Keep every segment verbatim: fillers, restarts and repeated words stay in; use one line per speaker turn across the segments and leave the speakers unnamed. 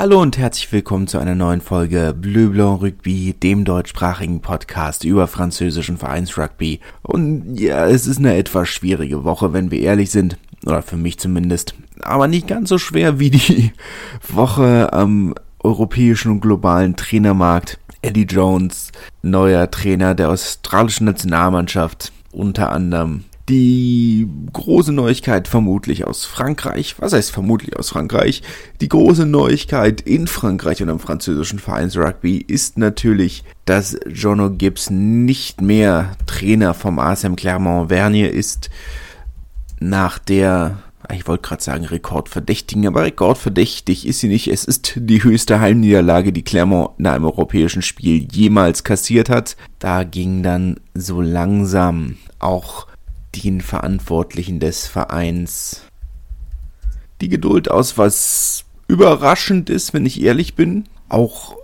Hallo und herzlich willkommen zu einer neuen Folge Bleu Blanc Rugby, dem deutschsprachigen Podcast über französischen Vereinsrugby. Und ja, es ist eine etwas schwierige Woche, wenn wir ehrlich sind, oder für mich zumindest, aber nicht ganz so schwer wie die Woche am europäischen und globalen Trainermarkt. Eddie Jones, neuer Trainer der australischen Nationalmannschaft, unter anderem. Die große Neuigkeit vermutlich aus Frankreich, was heißt vermutlich aus Frankreich? Die große Neuigkeit in Frankreich und am französischen Vereinsrugby ist natürlich, dass Jono Gibbs nicht mehr Trainer vom A S M Clermont-Vernier ist, nach der, ich wollte gerade sagen Rekordverdächtigen, aber rekordverdächtig ist sie nicht. Es ist die höchste Heimniederlage, die Clermont in einem europäischen Spiel jemals kassiert hat. Da ging dann so langsam auch den Verantwortlichen des Vereins die Geduld aus, was überraschend ist, wenn ich ehrlich bin. Auch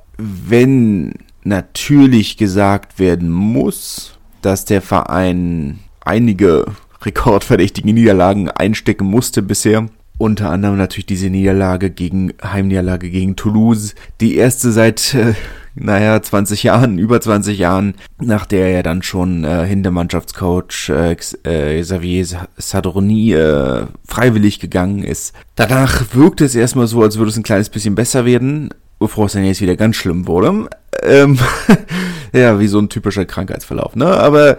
wenn natürlich gesagt werden muss, dass der Verein einige rekordverdächtige Niederlagen einstecken musste bisher. Unter anderem natürlich diese Niederlage gegen, Heimniederlage gegen Toulouse. Die erste seit, äh, naja, zwanzig Jahren, über zwanzig Jahren, nach der er dann schon äh, hinter Mannschaftscoach äh, äh, Xavier Sadorni äh, freiwillig gegangen ist. Danach wirkte es erstmal so, als würde es ein kleines bisschen besser werden, bevor es dann jetzt wieder ganz schlimm wurde. Ähm, ja, wie so ein typischer Krankheitsverlauf, ne? Aber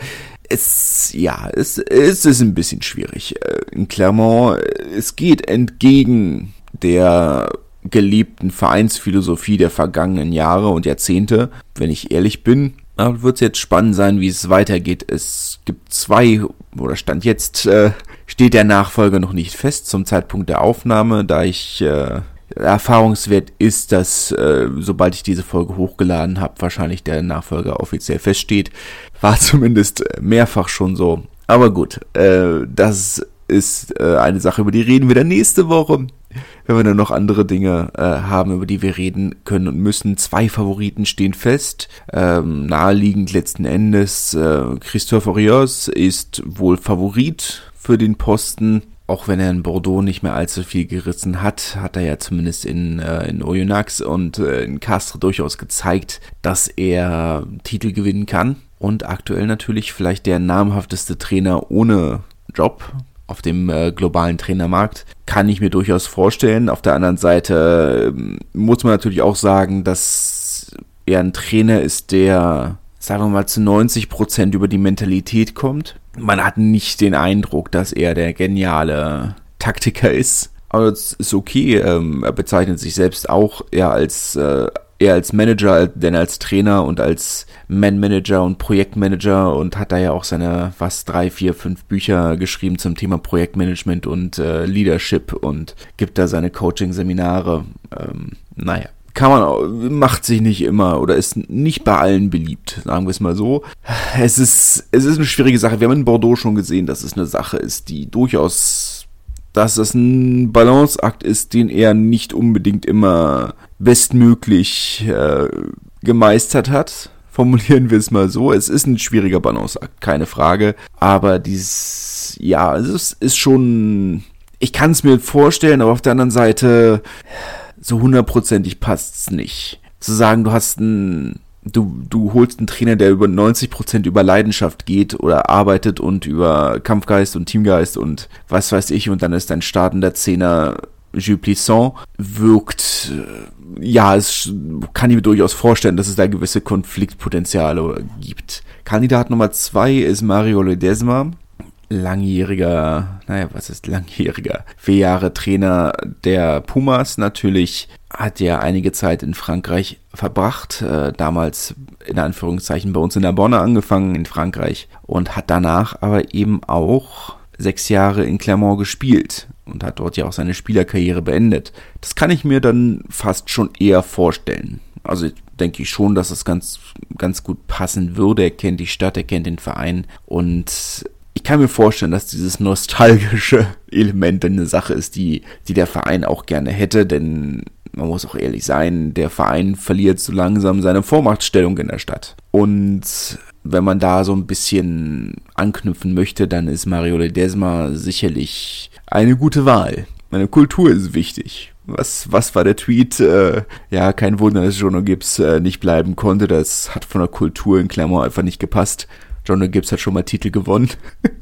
Es, ja, es, es ist ein bisschen schwierig. In Clermont, es geht entgegen der geliebten Vereinsphilosophie der vergangenen Jahre und Jahrzehnte, wenn ich ehrlich bin. Da wird es jetzt spannend sein, wie es weitergeht. Es gibt zwei, oder Stand jetzt, äh, steht der Nachfolger noch nicht fest zum Zeitpunkt der Aufnahme, da ich äh, erfahrungswert ist, dass äh, sobald ich diese Folge hochgeladen habe, wahrscheinlich der Nachfolger offiziell feststeht. War zumindest mehrfach schon so. Aber gut, äh, das ist äh, eine Sache, über die reden wir dann nächste Woche, wenn wir dann noch andere Dinge äh, haben, über die wir reden können und müssen. Zwei Favoriten stehen fest. Ähm, naheliegend letzten Endes, äh, Christophe Rios ist wohl Favorit für den Posten. Auch wenn er in Bordeaux nicht mehr allzu viel gerissen hat, hat er ja zumindest in, äh, in Oyonnax und äh, in Castres durchaus gezeigt, dass er Titel gewinnen kann. Und aktuell natürlich vielleicht der namhafteste Trainer ohne Job auf dem äh, globalen Trainermarkt. Kann ich mir durchaus vorstellen. Auf der anderen Seite äh, muss man natürlich auch sagen, dass er ein Trainer ist, der, sagen wir mal, zu neunzig Prozent über die Mentalität kommt. Man hat nicht den Eindruck, dass er der geniale Taktiker ist. Aber es ist okay. Ähm, er bezeichnet sich selbst auch eher als, äh, eher als Manager, denn als Trainer und als Man-Manager und Projektmanager und hat da ja auch seine was drei, vier, fünf Bücher geschrieben zum Thema Projektmanagement und äh, Leadership und gibt da seine Coaching-Seminare. Ähm, naja. Kann man auch, macht sich nicht immer oder ist nicht bei allen beliebt, sagen wir es mal so. Es ist, es ist eine schwierige Sache. Wir haben in Bordeaux schon gesehen, dass es eine Sache ist, die durchaus, dass es ein Balanceakt ist, den er nicht unbedingt immer bestmöglich äh, gemeistert hat. Formulieren wir es mal so. Es ist ein schwieriger Balanceakt, keine Frage. Aber dieses, ja, es ist, ist schon, ich kann es mir vorstellen, aber auf der anderen Seite so hundertprozentig passt's nicht. Zu sagen, du hast einen, du, du holst einen Trainer, der über neunzig Prozent über Leidenschaft geht oder arbeitet und über Kampfgeist und Teamgeist und was weiß ich, und dann ist dein startender Zehner Jules Plisson, wirkt, ja, es kann ich mir durchaus vorstellen, dass es da gewisse Konfliktpotenziale gibt. Kandidat Nummer zwei ist Mario Ledesma. Langjähriger, naja, was ist langjähriger? Vier Jahre Trainer der Pumas. Natürlich hat er einige Zeit in Frankreich verbracht, äh, damals in Anführungszeichen bei uns in der Bonne angefangen in Frankreich und hat danach aber eben auch sechs Jahre in Clermont gespielt und hat dort ja auch seine Spielerkarriere beendet. Das kann ich mir dann fast schon eher vorstellen. Also denke ich schon, dass es ganz, ganz gut passen würde. Er kennt die Stadt, er kennt den Verein und ich kann mir vorstellen, dass dieses nostalgische Element eine Sache ist, die, die der Verein auch gerne hätte, denn man muss auch ehrlich sein, der Verein verliert so langsam seine Vormachtstellung in der Stadt. Und wenn man da so ein bisschen anknüpfen möchte, dann ist Mario Ledesma sicherlich eine gute Wahl. Meine Kultur ist wichtig. Was, was war der Tweet? Äh, ja, kein Wunder, dass Jono Gibbs äh, nicht bleiben konnte. Das hat von der Kultur in Clermont einfach nicht gepasst. Jono Gibbs hat schon mal Titel gewonnen.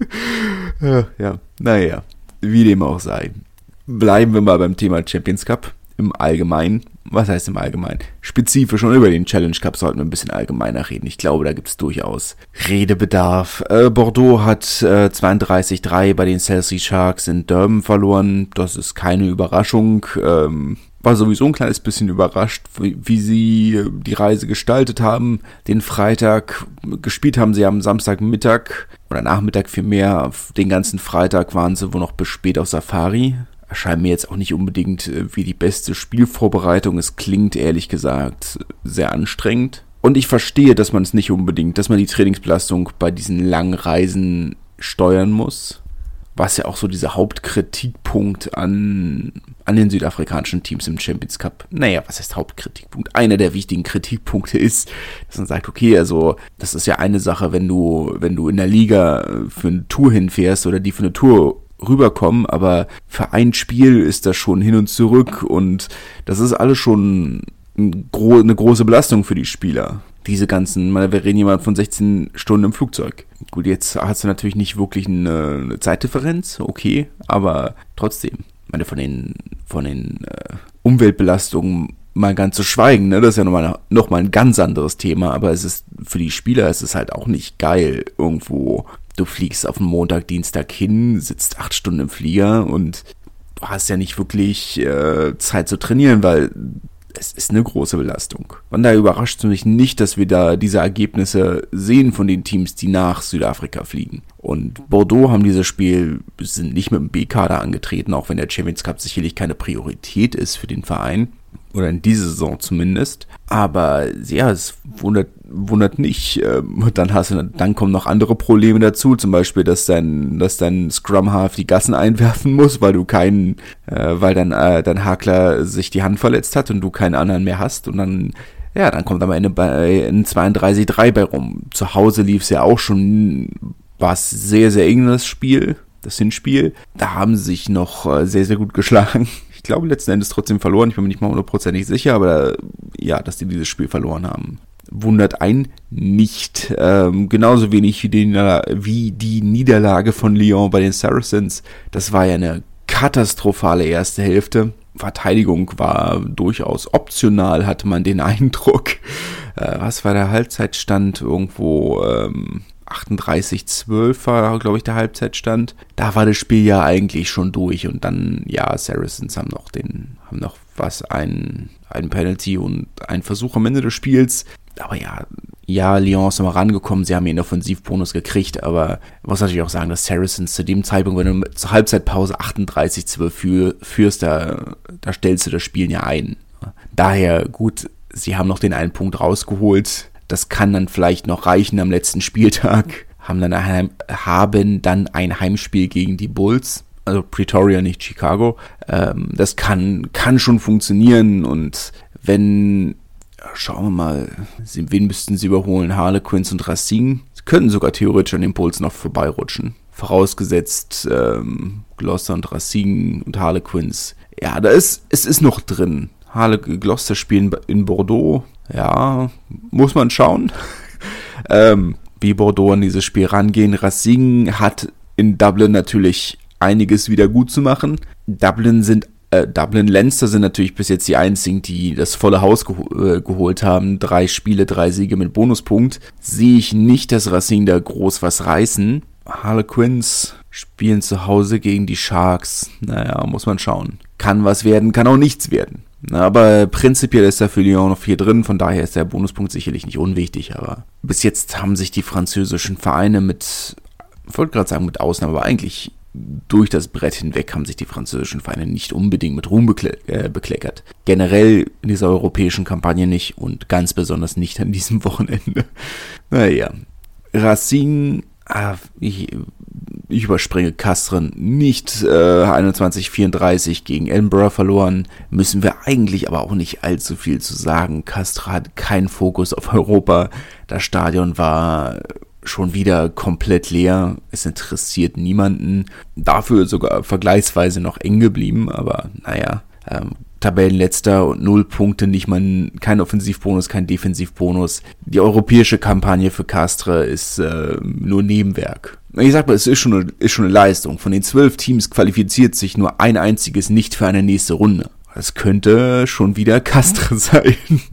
ja, ja, naja, wie dem auch sei. Bleiben wir mal beim Thema Champions Cup im Allgemeinen. Was heißt im Allgemeinen? Spezifisch und über den Challenge Cup sollten wir ein bisschen allgemeiner reden. Ich glaube, da gibt es durchaus Redebedarf. Äh, Bordeaux hat äh, zweiunddreißig drei bei den Chelsea Sharks in Durban verloren. Das ist keine Überraschung. Ähm, war sowieso ein kleines bisschen überrascht, wie, wie sie die Reise gestaltet haben. Den Freitag gespielt haben sie am Samstagmittag oder Nachmittag vielmehr. Den ganzen Freitag waren sie wohl noch bis spät auf Safari. Erscheint mir jetzt auch nicht unbedingt wie die beste Spielvorbereitung. Es klingt ehrlich gesagt sehr anstrengend. Und ich verstehe, dass man es nicht unbedingt, dass man die Trainingsbelastung bei diesen langen Reisen steuern muss. Was ja auch so dieser Hauptkritikpunkt an, an den südafrikanischen Teams im Champions Cup, naja, was heißt Hauptkritikpunkt? Einer der wichtigen Kritikpunkte ist, dass man sagt, okay, also das ist ja eine Sache, wenn du, wenn du in der Liga für eine Tour hinfährst oder die für eine Tour rüberkommen, aber für ein Spiel ist das schon hin und zurück und das ist alles schon ein gro- eine große Belastung für die Spieler. Diese ganzen, wir reden jemand von sechzehn Stunden im Flugzeug. Gut, jetzt hast du natürlich nicht wirklich eine, eine Zeitdifferenz, okay, aber trotzdem, ich meine, von den, von den äh, Umweltbelastungen mal ganz zu schweigen, ne, das ist ja nochmal noch mal ein ganz anderes Thema, aber es ist, für die Spieler ist es halt auch nicht geil, irgendwo. Du fliegst auf den Montag, Dienstag hin, sitzt acht Stunden im Flieger und du hast ja nicht wirklich äh, Zeit zu trainieren, weil es ist eine große Belastung. Von daher überrascht es mich nicht, dass wir da diese Ergebnisse sehen von den Teams, die nach Südafrika fliegen. Und Bordeaux haben dieses Spiel, sind nicht mit dem B-Kader angetreten, auch wenn der Champions Cup sicherlich keine Priorität ist für den Verein. Oder in dieser Saison zumindest. Aber ja, es wundert, wundert nicht. Und dann hast du, dann kommen noch andere Probleme dazu. Zum Beispiel, dass dein, dass dein Scrum Half die Gassen einwerfen muss, weil du keinen, äh, weil dann äh, dein Hakler sich die Hand verletzt hat und du keinen anderen mehr hast. Und dann, ja, dann kommt am Ende bei ein zweiunddreißig drei bei rum. Zu Hause lief es ja auch schon, war es sehr, sehr eng das Spiel, das Hinspiel. Da haben sie sich noch äh, sehr, sehr gut geschlagen. Ich glaube, letzten Endes trotzdem verloren. Ich bin mir nicht mal hundertprozentig sicher, aber ja, dass die dieses Spiel verloren haben, wundert einen nicht. Ähm, genauso wenig wie die, wie die Niederlage von Lyon bei den Saracens. Das war ja eine katastrophale erste Hälfte. Verteidigung war durchaus optional, hatte man den Eindruck. Äh, was war der Halbzeitstand? Irgendwo ähm, achtunddreißig zwölf war, glaube ich, der Halbzeitstand. Da war das Spiel ja eigentlich schon durch und dann, ja, Saracens haben noch den, haben noch was, ein, ein Penalty und einen Versuch am Ende des Spiels. Aber ja, ja, Lyon ist nochmal rangekommen, sie haben ihren Offensivbonus gekriegt, aber ich muss natürlich auch sagen, dass Saracens zu dem Zeitpunkt, wenn du zur Halbzeitpause achtunddreißig zwölf für, führst, da, da stellst du das Spiel ja ein. Daher, gut, sie haben noch den einen Punkt rausgeholt. Das kann dann vielleicht noch reichen am letzten Spieltag. Haben dann ein, haben dann ein Heimspiel gegen die Bulls. Also Pretoria, nicht Chicago. Ähm, das kann, kann schon funktionieren. Und wenn, schauen wir mal, wen müssten sie überholen? Harlequins und Racing. Sie könnten sogar theoretisch an den Bulls noch vorbeirutschen. Vorausgesetzt ähm, Gloucester und Racing und Harlequins. Ja, da ist, es ist noch drin. Harle Gloucester spielen in Bordeaux. Ja, muss man schauen, ähm, wie Bordeaux an dieses Spiel rangehen. Racing hat in Dublin natürlich einiges wieder gut zu machen. Dublin sind, äh, Dublin Leinster sind natürlich bis jetzt die einzigen, die das volle Haus geho- äh, geholt haben. Drei Spiele, drei Siege mit Bonuspunkt. Sehe ich nicht, dass Racing da groß was reißen. Harlequins spielen zu Hause gegen die Sharks. Naja, muss man schauen. Kann was werden, kann auch nichts werden. Aber prinzipiell ist da für Lyon noch viel drin, von daher ist der Bonuspunkt sicherlich nicht unwichtig, aber bis jetzt haben sich die französischen Vereine mit, ich wollte gerade sagen mit Ausnahme, aber eigentlich durch das Brett hinweg haben sich die französischen Vereine nicht unbedingt mit Ruhm bekle- äh, bekleckert. Generell in dieser europäischen Kampagne nicht und ganz besonders nicht an diesem Wochenende. Naja, Racing, ah, ich, ich überspringe Castren, nicht äh, einundzwanzig vierunddreißig gegen Edinburgh verloren, müssen wir eigentlich aber auch nicht allzu viel zu sagen. Castres hat keinen Fokus auf Europa, das Stadion war schon wieder komplett leer, es interessiert niemanden, dafür sogar vergleichsweise noch eng geblieben, aber naja, ähm, Tabellenletzter und null Punkte, nicht mal kein Offensivbonus, kein Defensivbonus. Die europäische Kampagne für Castres ist äh, nur Nebenwerk. Ich sag mal, es ist schon, eine, ist schon eine Leistung. Von den zwölf Teams qualifiziert sich nur ein einziges nicht für eine nächste Runde. Das könnte schon wieder Castres sein.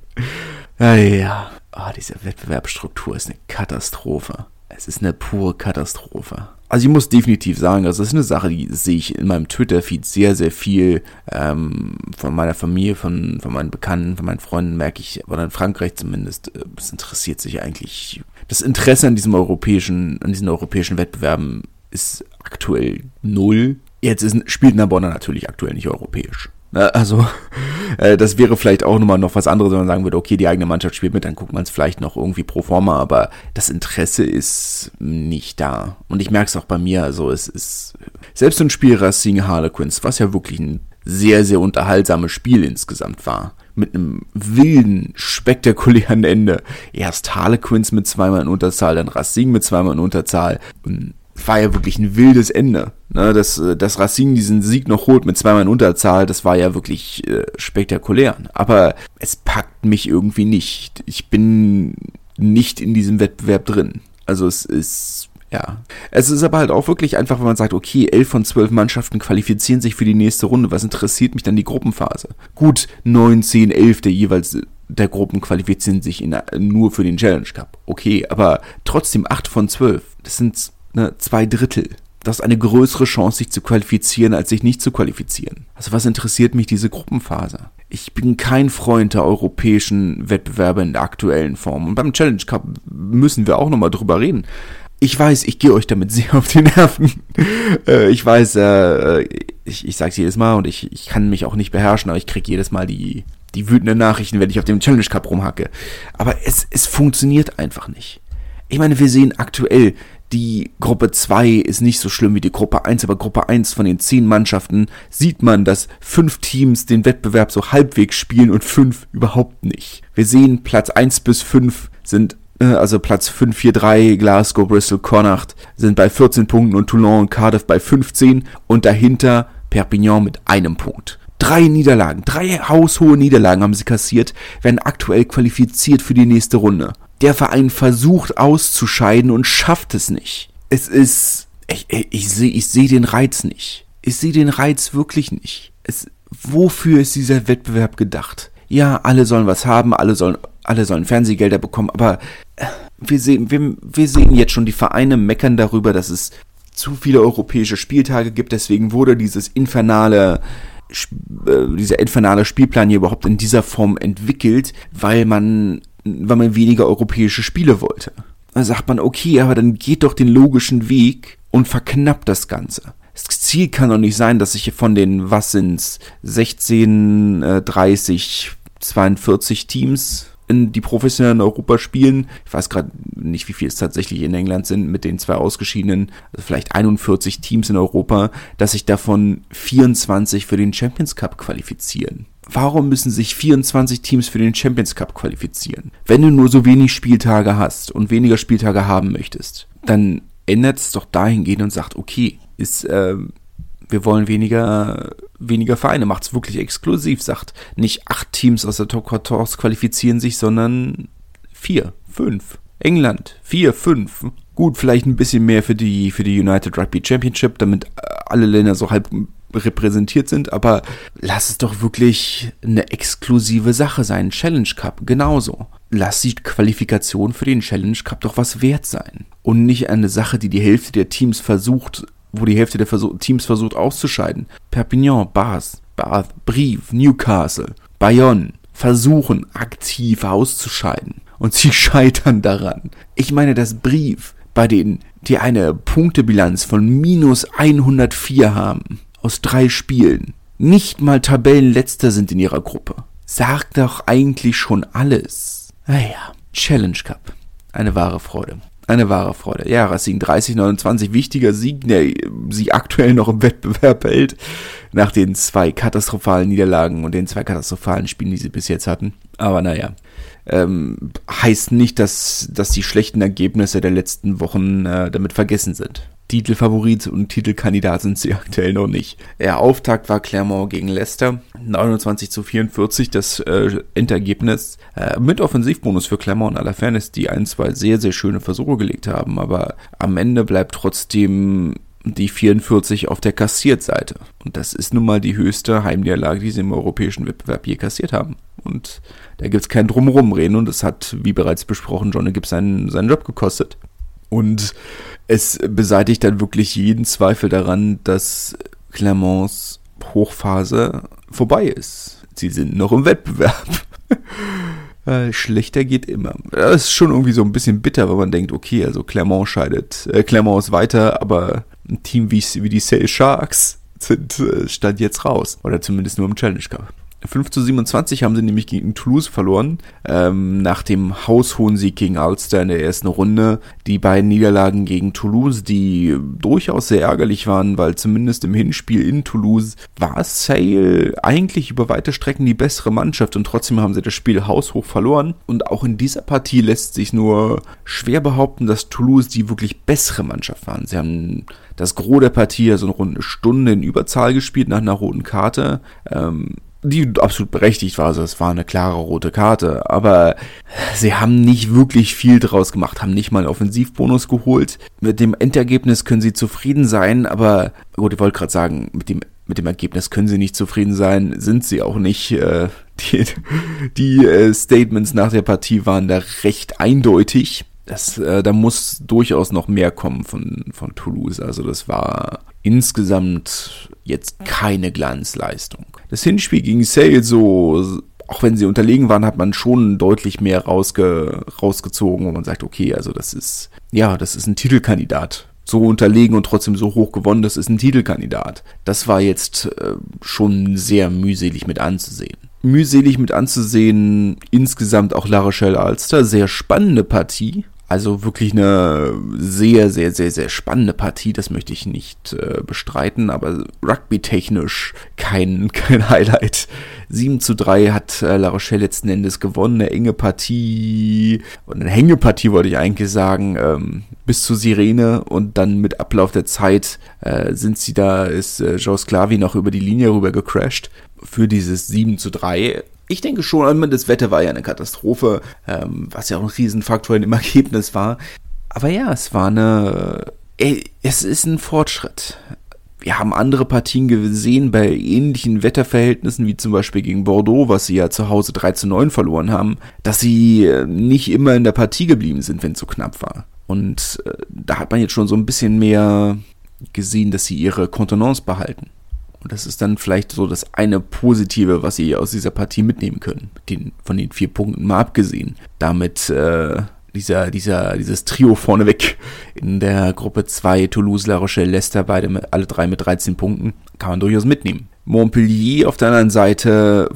Ja, ja. Oh, diese Wettbewerbsstruktur ist eine Katastrophe. Es ist eine pure Katastrophe. Also ich muss definitiv sagen, das ist eine Sache, die sehe ich in meinem Twitter-Feed sehr, sehr viel ähm, von meiner Familie, von, von meinen Bekannten, von meinen Freunden merke ich, oder in Frankreich zumindest, es interessiert sich eigentlich, das Interesse an diesem europäischen, an diesen europäischen Wettbewerben ist aktuell null. Jetzt ist, spielt Narbonne natürlich aktuell nicht europäisch. Also, äh, das wäre vielleicht auch nochmal noch was anderes, wenn man sagen würde, okay, die eigene Mannschaft spielt mit, dann guckt man es vielleicht noch irgendwie pro forma, aber das Interesse ist nicht da. Und ich merke es auch bei mir, also es ist, selbst so ein Spiel Racing Harlequins, was ja wirklich ein sehr, sehr unterhaltsames Spiel insgesamt war, mit einem wilden, spektakulären Ende. Erst Harlequins mit zweimal in Unterzahl, dann Racing mit zweimal in Unterzahl. Und war ja wirklich ein wildes Ende. Ne, dass, dass Racing diesen Sieg noch holt mit zweimal in Unterzahl, das war ja wirklich äh, spektakulär. Aber es packt mich irgendwie nicht. Ich bin nicht in diesem Wettbewerb drin. Also es ist, ja. Es ist aber halt auch wirklich einfach, wenn man sagt, okay, elf von zwölf Mannschaften qualifizieren sich für die nächste Runde. Was interessiert mich dann die Gruppenphase? Gut, neun, zehn, elf der jeweils der Gruppen qualifizieren sich in, nur für den Challenge Cup. Okay, aber trotzdem acht von zwölf. Das sind Ne, zwei Drittel. Das ist eine größere Chance, sich zu qualifizieren, als sich nicht zu qualifizieren. Also was interessiert mich diese Gruppenphase? Ich bin kein Freund der europäischen Wettbewerbe in der aktuellen Form. Und beim Challenge Cup müssen wir auch nochmal drüber reden. Ich weiß, ich gehe euch damit sehr auf die Nerven. äh, ich weiß, äh, ich, ich sag's jedes Mal und ich, ich kann mich auch nicht beherrschen, aber ich krieg jedes Mal die, die wütenden Nachrichten, wenn ich auf dem Challenge Cup rumhacke. Aber es, es funktioniert einfach nicht. Ich meine, wir sehen aktuell, die Gruppe zwei ist nicht so schlimm wie die Gruppe eins, aber Gruppe eins von den zehn Mannschaften sieht man, dass fünf Teams den Wettbewerb so halbwegs spielen und fünf überhaupt nicht. Wir sehen, Platz eins bis fünf sind, äh, also Platz fünf, vier, drei, Glasgow, Bristol, Connacht sind bei vierzehn Punkten und Toulon und Cardiff bei fünfzehn und dahinter Perpignan mit einem Punkt. Drei Niederlagen, drei haushohe Niederlagen haben sie kassiert, werden aktuell qualifiziert für die nächste Runde. Der Verein versucht auszuscheiden und schafft es nicht. Es ist, ich, ich, ich sehe ich seh den Reiz nicht. Ich sehe den Reiz wirklich nicht. Es, wofür ist dieser Wettbewerb gedacht? Ja, alle sollen was haben, alle sollen, alle sollen Fernsehgelder bekommen, aber wir sehen, wir, wir sehen jetzt schon die Vereine meckern darüber, dass es zu viele europäische Spieltage gibt, deswegen wurde dieses infernale dieser infernale Spielplan hier überhaupt in dieser Form entwickelt, weil man, weil man weniger europäische Spiele wollte. Da sagt man, okay, aber dann geht doch den logischen Weg und verknappt das Ganze. Das Ziel kann doch nicht sein, dass sich von den, was sind's, sechzehn, dreißig, zweiundvierzig Teams in die professionellen Europa spielen. Ich weiß gerade nicht, wie viel es tatsächlich in England sind mit den zwei ausgeschiedenen, also vielleicht einundvierzig Teams in Europa, dass sich davon vierundzwanzig für den Champions Cup qualifizieren. Warum müssen sich vierundzwanzig Teams für den Champions Cup qualifizieren? Wenn du nur so wenig Spieltage hast und weniger Spieltage haben möchtest, dann ändert es doch dahingehend und sagt, okay, ist, äh, wir wollen weniger, weniger Vereine, macht's wirklich exklusiv, sagt nicht acht Teams aus der Top vierzehn qualifizieren sich, sondern vier, fünf. England, vier, fünf. Gut, vielleicht ein bisschen mehr für die, für die United Rugby Championship, damit alle Länder so halb repräsentiert sind, aber lass es doch wirklich eine exklusive Sache sein. Challenge Cup, genauso. Lass die Qualifikation für den Challenge Cup doch was wert sein. Und nicht eine Sache, die die Hälfte der Teams versucht, wo die Hälfte der Versuch, Teams versucht auszuscheiden. Perpignan, Bath, Bath, Brive, Newcastle, Bayonne versuchen aktiv auszuscheiden. Und sie scheitern daran. Ich meine, dass Brive, bei denen die eine Punktebilanz von minus hundertvier haben, aus drei Spielen, nicht mal Tabellenletzter sind in ihrer Gruppe. Sagt doch eigentlich schon alles. Naja, Challenge Cup. Eine wahre Freude. Eine wahre Freude. Ja, Racing dreißig neunundzwanzig, wichtiger Sieg, der sie aktuell noch im Wettbewerb hält. nach den zwei katastrophalen Niederlagen und den zwei katastrophalen Spielen, die sie bis jetzt hatten. Aber naja, ähm, heißt nicht, dass, dass die schlechten Ergebnisse der letzten Wochen äh, damit vergessen sind. Titelfavorit und Titelkandidat sind sie aktuell noch nicht. Der Auftakt war Clermont gegen Leicester, neunundzwanzig zu vierundvierzig, das äh, Endergebnis. Äh, mit Offensivbonus für Clermont in aller Fairness, die ein, zwei sehr, sehr schöne Versuche gelegt haben, aber am Ende bleibt trotzdem die vierundvierzig auf der Kassiertseite. Und das ist nun mal die höchste Heimniederlage, die sie im europäischen Wettbewerb je kassiert haben. Und da gibt es kein Drumherumreden und es hat, wie bereits besprochen, Johnny Gibbs seinen, seinen Job gekostet. Und es beseitigt dann wirklich jeden Zweifel daran, dass Clermonts Hochphase vorbei ist. Sie sind noch im Wettbewerb. äh, schlechter geht immer. Das ist schon irgendwie so ein bisschen bitter, weil man denkt, okay, also Clermont scheidet, äh, Clermont ist weiter, aber ein Team wie, wie die Sale Sharks sind äh, stand jetzt raus. Oder zumindest nur im Challenge Cup. fünf zu siebenundzwanzig haben sie nämlich gegen Toulouse verloren, ähm, nach dem haushohen Sieg gegen Ulster in der ersten Runde. Die beiden Niederlagen gegen Toulouse, die durchaus sehr ärgerlich waren, weil zumindest im Hinspiel in Toulouse war Sale eigentlich über weite Strecken die bessere Mannschaft und trotzdem haben sie das Spiel haushoch verloren. Und auch in dieser Partie lässt sich nur schwer behaupten, dass Toulouse die wirklich bessere Mannschaft waren. Sie haben das Gros der Partie, also rund eine Stunde in Überzahl gespielt nach einer roten Karte, ähm, die absolut berechtigt war, also es war eine klare rote Karte, aber sie haben nicht wirklich viel draus gemacht, haben nicht mal einen Offensivbonus geholt. Mit dem Endergebnis können sie zufrieden sein, aber gut, ich wollte gerade sagen, mit dem mit dem Ergebnis können sie nicht zufrieden sein, sind sie auch nicht. Äh, die die äh, Statements nach der Partie waren da recht eindeutig. Das, äh, da muss durchaus noch mehr kommen von, von Toulouse. Also das war insgesamt jetzt keine Glanzleistung. Das Hinspiel gegen Sale, so, auch wenn sie unterlegen waren, hat man schon deutlich mehr rausge, rausgezogen, wo man sagt, okay, also das ist, ja, das ist ein Titelkandidat. So unterlegen und trotzdem so hoch gewonnen, das ist ein Titelkandidat. Das war jetzt äh, schon sehr mühselig mit anzusehen. Mühselig mit anzusehen, insgesamt auch La Rochelle Ulster, sehr spannende Partie. Also wirklich eine sehr, sehr, sehr, sehr spannende Partie, das möchte ich nicht äh, bestreiten, aber rugby-technisch kein, kein Highlight. sieben zu drei hat äh, La Rochelle letzten Endes gewonnen, eine enge Partie, und eine Hängepartie wollte ich eigentlich sagen, ähm, bis zur Sirene, und dann mit Ablauf der Zeit äh, sind sie da, ist äh, Joe Sclavi noch über die Linie rüber gecrashed für dieses sieben zu drei. Ich denke schon, das Wetter war ja eine Katastrophe, ähm, was ja auch ein Riesenfaktor im Ergebnis war. Aber ja, es war eine, ey, es ist ein Fortschritt. Wir haben andere Partien gesehen bei ähnlichen Wetterverhältnissen, wie zum Beispiel gegen Bordeaux, was sie ja zu Hause drei zu neun verloren haben, dass sie nicht immer in der Partie geblieben sind, wenn es so knapp war. Und äh, da hat man jetzt schon so ein bisschen mehr gesehen, dass sie ihre Kontenance behalten. Und das ist dann vielleicht so das eine Positive, was sie aus dieser Partie mitnehmen können. Den, von den vier Punkten mal abgesehen. Damit äh, dieser, dieser, dieses Trio vorneweg in der Gruppe zwei, Toulouse, La Rochelle, Leicester, beide mit, alle drei mit dreizehn Punkten, kann man durchaus mitnehmen. Montpellier auf der anderen Seite,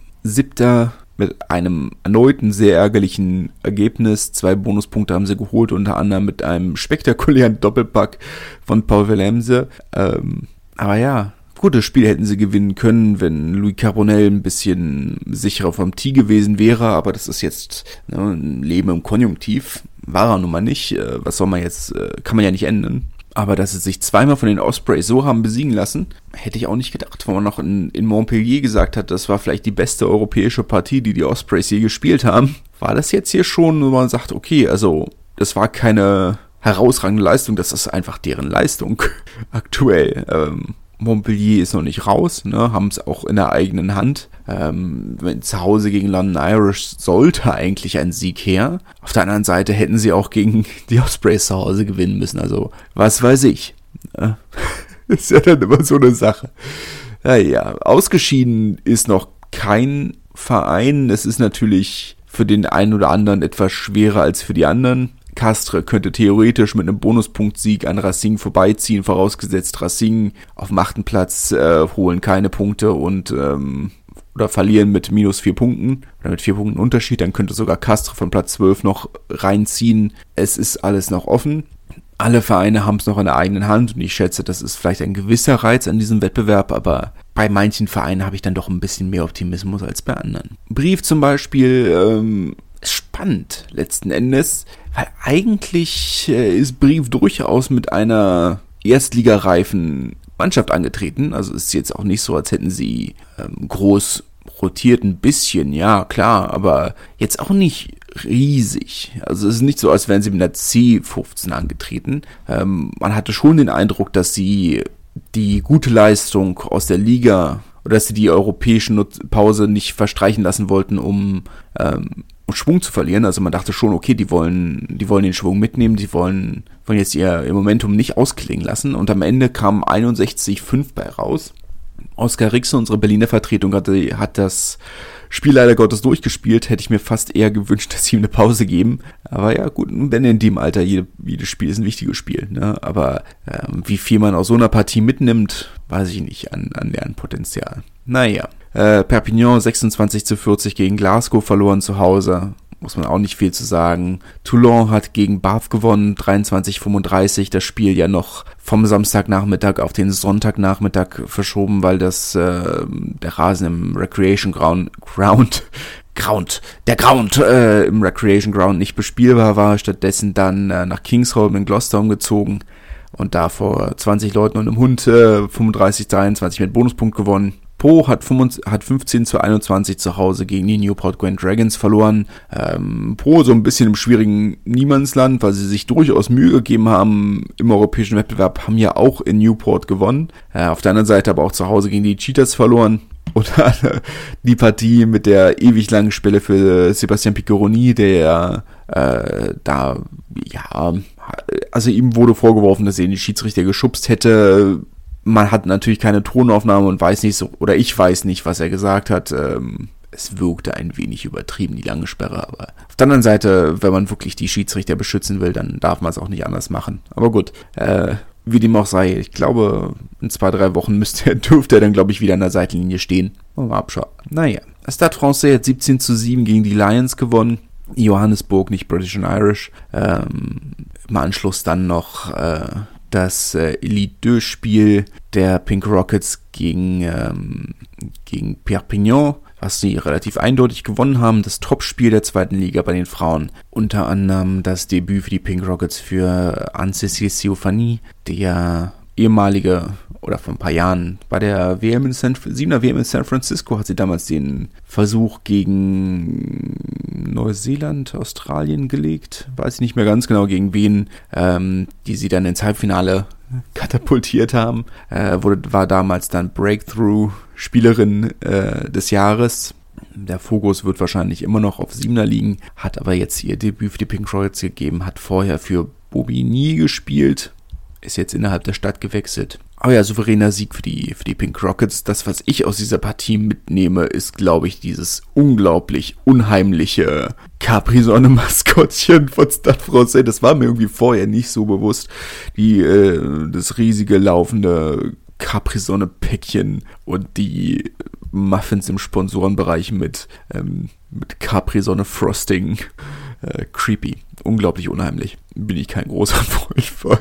siebter mit einem erneuten sehr ärgerlichen Ergebnis. Zwei Bonuspunkte haben sie geholt, unter anderem mit einem spektakulären Doppelpack von Paul Willemse. Ähm, aber ja, gut, das Spiel hätten sie gewinnen können, wenn Louis Carbonell ein bisschen sicherer vom Tee gewesen wäre, aber das ist jetzt, ne, ein Leben im Konjunktiv. War er nun mal nicht. Was soll man jetzt, kann man ja nicht ändern. Aber dass sie sich zweimal von den Ospreys so haben besiegen lassen, hätte ich auch nicht gedacht, wo man noch in, in Montpellier gesagt hat, das war vielleicht die beste europäische Partie, die die Ospreys je gespielt haben. War das jetzt hier schon, wo man sagt, okay, also das war keine herausragende Leistung, das ist einfach deren Leistung aktuell. Ähm, Montpellier ist noch nicht raus, ne, haben es auch in der eigenen Hand. Ähm, wenn zu Hause gegen London Irish sollte eigentlich ein Sieg her. Auf der anderen Seite hätten sie auch gegen die Ospreys zu Hause gewinnen müssen. Also, was weiß ich. Ja, ist ja dann immer so eine Sache. Naja, ausgeschieden ist noch kein Verein. Es ist natürlich für den einen oder anderen etwas schwerer als für die anderen. Castres könnte theoretisch mit einem Bonuspunktsieg an Racing vorbeiziehen, vorausgesetzt Racing auf dem achten Platz äh, holen keine Punkte und ähm, oder verlieren mit minus vier Punkten oder mit vier Punkten Unterschied, dann könnte sogar Castres von Platz zwölf noch reinziehen. Es ist alles noch offen. Alle Vereine haben es noch in der eigenen Hand und ich schätze, das ist vielleicht ein gewisser Reiz an diesem Wettbewerb, aber bei manchen Vereinen habe ich dann doch ein bisschen mehr Optimismus als bei anderen. Brief zum Beispiel ähm, ist spannend letzten Endes, weil eigentlich äh, ist Brief durchaus mit einer erstligareifen Mannschaft angetreten. Also ist jetzt auch nicht so, als hätten sie ähm, groß rotiert, ein bisschen, ja klar, aber jetzt auch nicht riesig. Also es ist nicht so, als wären sie mit einer C fünfzehn angetreten. Ähm, man hatte schon den Eindruck, dass sie die gute Leistung aus der Liga oder dass sie die europäische Pause nicht verstreichen lassen wollten, um, ähm, um Schwung zu verlieren. Also man dachte schon, okay, die wollen, die wollen den Schwung mitnehmen, die wollen, wollen jetzt ihr, ihr Momentum nicht ausklingen lassen. Und am Ende kam einundsechzig fünf bei raus. Oskar Rixen, unsere Berliner Vertretung, hat, hat das Spiel leider Gottes durchgespielt. Hätte ich mir fast eher gewünscht, dass sie ihm eine Pause geben. Aber ja, gut, wenn in dem Alter jede, jedes Spiel ist ein wichtiges Spiel. Ne? Aber ähm, wie viel man aus so einer Partie mitnimmt, weiß ich nicht, an, an Lernpotenzial. Naja, äh, Perpignan sechsundzwanzig zu vierzig gegen Glasgow verloren zu Hause. Muss man auch nicht viel zu sagen. Toulon hat gegen Bath gewonnen, dreiundzwanzig fünfunddreißig. Das Spiel ja noch vom Samstagnachmittag auf den Sonntagnachmittag verschoben, weil das äh, der Rasen im Recreation Ground, Ground, Ground, der Ground äh, im Recreation Ground nicht bespielbar war. Stattdessen dann äh, nach Kingsholm in Gloucester umgezogen und da vor zwanzig Leuten und einem Hund äh, fünfunddreißig dreiundzwanzig mit Bonuspunkt gewonnen. Po hat fünfzehn zu einundzwanzig zu Hause gegen die Newport Gwent Dragons verloren. Ähm, Po so ein bisschen im schwierigen Niemandsland, weil sie sich durchaus Mühe gegeben haben im europäischen Wettbewerb, haben ja auch in Newport gewonnen. Äh, auf der anderen Seite aber auch zu Hause gegen die Cheaters verloren. Oder die Partie mit der ewig langen Spiele für Sebastian Piccheroni, der äh, da, ja, also ihm wurde vorgeworfen, dass er den Schiedsrichter geschubst hätte. Man hat natürlich keine Tonaufnahme und weiß nicht so, oder ich weiß nicht, was er gesagt hat. Ähm, es wirkte ein wenig übertrieben, die lange Sperre, aber auf der anderen Seite, wenn man wirklich die Schiedsrichter beschützen will, dann darf man es auch nicht anders machen. Aber gut, äh, wie dem auch sei, ich glaube, in zwei, drei Wochen müsste er, dürfte er dann, glaube ich, wieder an der Seitenlinie stehen. Mal abschauen. Naja, Stade Francais hat siebzehn zu sieben gegen die Lions gewonnen. Johannesburg, nicht British and Irish. Ähm, im Anschluss dann noch äh, das äh, Elite zwei Spiel der Pink Rockets gegen, ähm, gegen Perpignan, was sie relativ eindeutig gewonnen haben. Das Topspiel der zweiten Liga bei den Frauen. Unter anderem das Debüt für die Pink Rockets für Anne-Cécile Siofani, der ehemalige, oder vor ein paar Jahren, bei der W M in San, siebener W M in San Francisco hat sie damals den Versuch gegen Neuseeland, Australien gelegt. Weiß ich nicht mehr ganz genau gegen wen, ähm, die sie dann ins Halbfinale katapultiert haben. Äh, wurde, war damals dann Breakthrough-Spielerin äh, des Jahres. Der Fokus wird wahrscheinlich immer noch auf Siebener liegen, hat aber jetzt ihr Debüt für die Pink Rockets gegeben, hat vorher für Bobigny gespielt, ist jetzt innerhalb der Stadt gewechselt. Aber ja, souveräner Sieg für die, für die Pink Rockets. Das, was ich aus dieser Partie mitnehme, ist, glaube ich, dieses unglaublich unheimliche Capri-Sonne-Maskottchen von Stade Francais. Das war mir irgendwie vorher nicht so bewusst. Die, äh, das riesige laufende Capri-Sonne-Päckchen und die Muffins im Sponsorenbereich mit, ähm, mit Capri-Sonne-Frosting. Äh, creepy. Unglaublich unheimlich. Bin ich kein großer Freund von.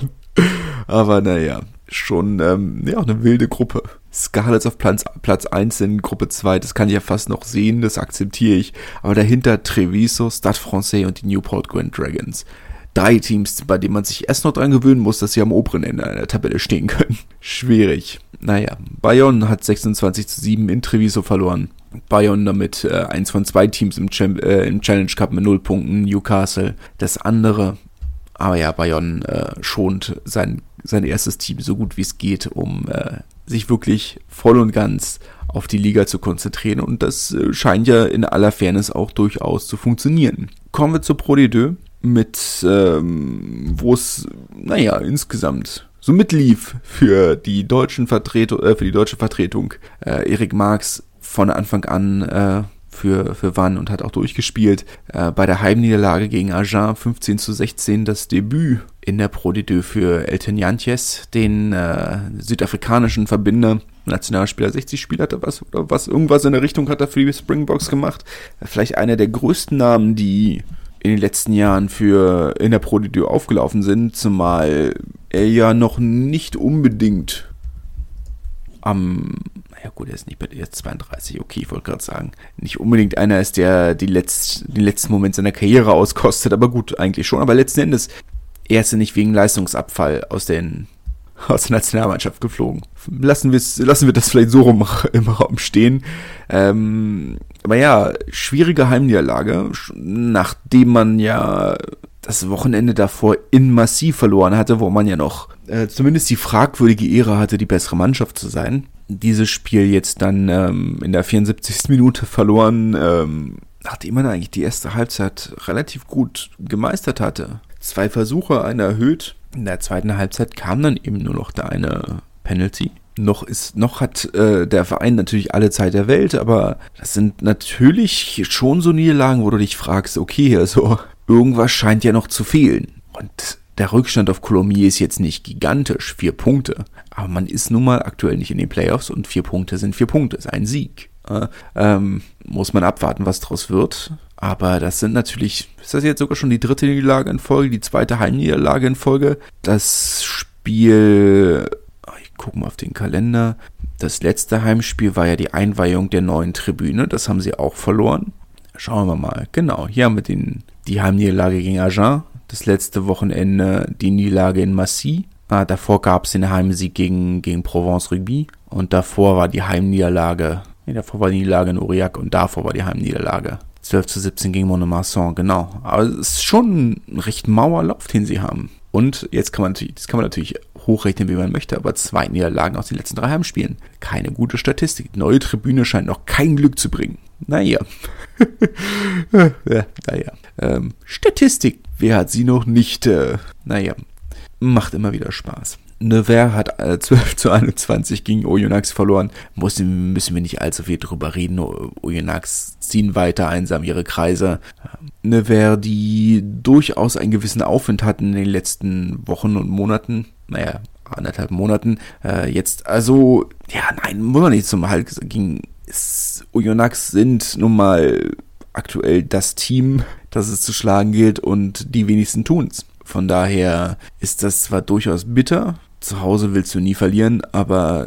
Aber naja, schon ähm, ja, eine wilde Gruppe. Scarlets auf Platz, Platz eins in Gruppe zwei, das kann ich ja fast noch sehen, das akzeptiere ich. Aber dahinter Treviso, Stade Francais und die Newport Gwent Dragons. Drei Teams, bei denen man sich erst noch dran gewöhnen muss, dass sie am oberen Ende der Tabelle stehen können. Schwierig. Naja, Bayonne hat sechsundzwanzig zu sieben in Treviso verloren. Bayonne damit äh, eins von zwei Teams im, Champ- äh, im Challenge Cup mit null Punkten. Newcastle das andere. Aber ja, Bayonne äh, schont sein, sein erstes Team so gut wie es geht, um äh, sich wirklich voll und ganz auf die Liga zu konzentrieren. Und das äh, scheint ja in aller Fairness auch durchaus zu funktionieren. Kommen wir zur Pro D zwei, mit ähm, wo es, naja, insgesamt so mitlief für die deutschen Vertretung, äh, für die deutsche Vertretung. Äh, Erik Marx von Anfang an äh, für für Vannes und hat auch durchgespielt. Äh, bei der Heimniederlage gegen Agen fünfzehn zu sechzehn das Debüt in der Pro D zwei für Elton Jantjes, den äh, südafrikanischen Verbinder. Nationalspieler, sechzig Spiele hat er was, oder was, irgendwas in der Richtung hat er für die Springboks gemacht. Äh, vielleicht einer der größten Namen, die in den letzten Jahren für in der Pro D zwei aufgelaufen sind, zumal er ja noch nicht unbedingt am, ja gut, er ist nicht, er ist zweiunddreißig, okay, ich wollte gerade sagen. Nicht unbedingt einer ist, der die letzt, den letzten Moment seiner Karriere auskostet, aber gut, eigentlich schon. Aber letzten Endes, er ist ja nicht wegen Leistungsabfall aus den aus der Nationalmannschaft geflogen. Lassen, lassen wir das vielleicht so rum im Raum stehen. Ähm, aber ja, schwierige Heimniederlage, nachdem man ja das Wochenende davor in Massy verloren hatte, wo man ja noch äh, zumindest die fragwürdige Ehre hatte, die bessere Mannschaft zu sein. Dieses Spiel jetzt dann ähm, in der vierundsiebzigsten Minute verloren, ähm, nachdem man eigentlich die erste Halbzeit relativ gut gemeistert hatte. Zwei Versuche, einer erhöht. In der zweiten Halbzeit kam dann eben nur noch der eine Penalty. Noch ist, noch hat äh, der Verein natürlich alle Zeit der Welt, aber das sind natürlich schon so Niederlagen, wo du dich fragst, okay, also irgendwas scheint ja noch zu fehlen. Und der Rückstand auf Colomiers ist jetzt nicht gigantisch, vier Punkte. Aber man ist nun mal aktuell nicht in den Playoffs und vier Punkte sind vier Punkte, ist ein Sieg. Äh, ähm, muss man abwarten, was draus wird. Aber das sind natürlich, ist das jetzt sogar schon die dritte Niederlage in Folge, die zweite Heimniederlage in Folge. Das Spiel, ich gucke mal auf den Kalender, das letzte Heimspiel war ja die Einweihung der neuen Tribüne, das haben sie auch verloren. Schauen wir mal, genau, hier haben wir den, die Heimniederlage gegen Agen, das letzte Wochenende die Niederlage in Massy. Ah, davor gab es den Heimsieg gegen, gegen Provence Rugby und davor war die Heimniederlage, nee, davor war die Niederlage in Aurillac und davor war die Heimniederlage. zwölf zu siebzehn gegen Mont-de-Marsan, genau. Aber es ist schon ein recht mauer Lauf, den sie haben. Und jetzt kann man natürlich, das kann man natürlich hochrechnen, wie man möchte, aber zwei Niederlagen aus den letzten drei Heimspielen. Keine gute Statistik. Die neue Tribüne scheint noch kein Glück zu bringen. Naja. ja, naja. Ähm, Statistik. Wer hat sie noch nicht? Äh, naja. Macht immer wieder Spaß. Nevers hat äh, zwölf zu einundzwanzig gegen Oyonnax verloren. Müssen, müssen wir nicht allzu viel drüber reden. Oyonnax ziehen weiter einsam ihre Kreise. Nevers, die durchaus einen gewissen Aufwind hatten in den letzten Wochen und Monaten. Naja, anderthalb Monaten. Äh, jetzt, also, ja, nein, muss man nicht zum Hals gegen. Oyonnax sind nun mal aktuell das Team, das es zu schlagen gilt und die wenigsten tun's. Von daher ist das zwar durchaus bitter, zu Hause willst du nie verlieren, aber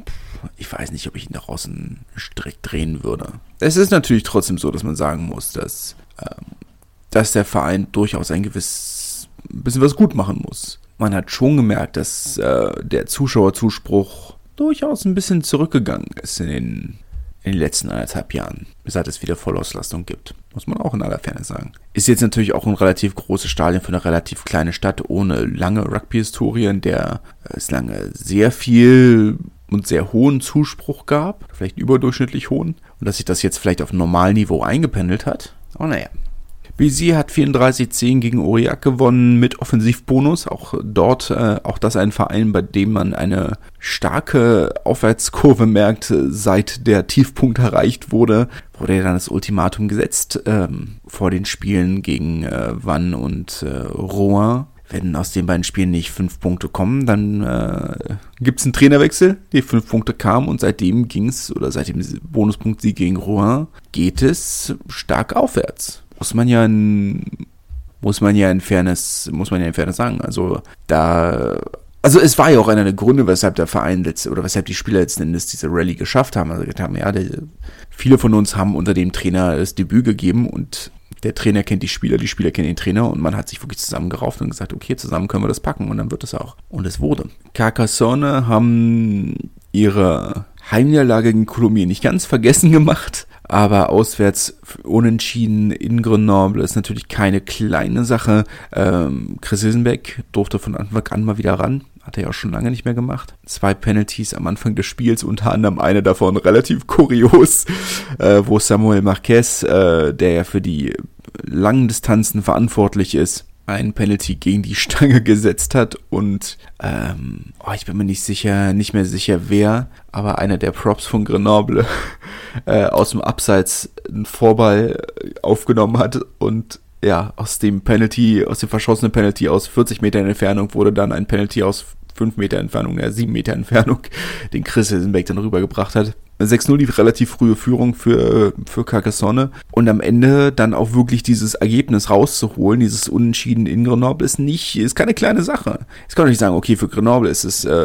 ich weiß nicht, ob ich ihn daraus einen Strick drehen würde. Es ist natürlich trotzdem so, dass man sagen muss, dass, ähm, dass der Verein durchaus ein gewisses ein bisschen was gut machen muss. Man hat schon gemerkt, dass äh, der Zuschauerzuspruch durchaus ein bisschen zurückgegangen ist in den in den letzten anderthalb Jahren, seit es wieder Vollauslastung gibt. Muss man auch in aller Fairness sagen. Ist jetzt natürlich auch ein relativ großes Stadion für eine relativ kleine Stadt ohne lange Rugby-Historie, in der es lange sehr viel und sehr hohen Zuspruch gab, vielleicht überdurchschnittlich hohen, und dass sich das jetzt vielleicht auf Normalniveau eingependelt hat. Aber naja. Béziers hat vierunddreißig zehn gegen Aurillac gewonnen mit Offensivbonus. Auch dort, äh, auch das ein Verein, bei dem man eine starke Aufwärtskurve merkt, seit der Tiefpunkt erreicht wurde. Wurde ja dann das Ultimatum gesetzt ähm, vor den Spielen gegen äh, Vannes und äh, Rouen. Wenn aus den beiden Spielen nicht fünf Punkte kommen, dann äh, gibt es einen Trainerwechsel. Die fünf Punkte kamen und seitdem ging es, oder seit dem Bonuspunkt-Sieg gegen Rouen, geht es stark aufwärts. Muss man ja in, muss man ja in Fairness, muss man ja in Fairness sagen. Also da, also es war ja auch einer der Gründe, weshalb der Verein letzte, oder weshalb die Spieler letzten Endes diese Rallye geschafft haben. Also gesagt haben, ja, der, viele von uns haben unter dem Trainer das Debüt gegeben und der Trainer kennt die Spieler, die Spieler kennen den Trainer und man hat sich wirklich zusammengerauft und gesagt, okay, zusammen können wir das packen und dann wird es auch. Und es wurde. Carcassonne haben ihre Heimniederlage gegen Colomiers nicht ganz vergessen gemacht. Aber auswärts unentschieden in Grenoble ist natürlich keine kleine Sache. Ähm, Chris Hilsenbeck durfte von Anfang an mal wieder ran. Hat er ja auch schon lange nicht mehr gemacht. Zwei Penalties am Anfang des Spiels, unter anderem eine davon relativ kurios, äh, wo Samuel Marquez, äh, der ja für die langen Distanzen verantwortlich ist, einen Penalty gegen die Stange gesetzt hat und ähm, oh, ich bin mir nicht sicher, nicht mehr sicher wer, aber einer der Props von Grenoble äh, aus dem Abseits einen Vorball aufgenommen hat und ja, aus dem Penalty, aus dem verschossenen Penalty aus vierzig Metern Entfernung wurde dann ein Penalty aus fünf Meter Entfernung, ja, sieben Meter Entfernung, den Chris Hilsenbeck dann rübergebracht hat. sechs null, die relativ frühe Führung für, für Carcassonne. Und am Ende dann auch wirklich dieses Ergebnis rauszuholen, dieses Unentschieden in Grenoble, ist nicht, ist keine kleine Sache. Jetzt kann man nicht sagen, okay, für Grenoble ist es, äh,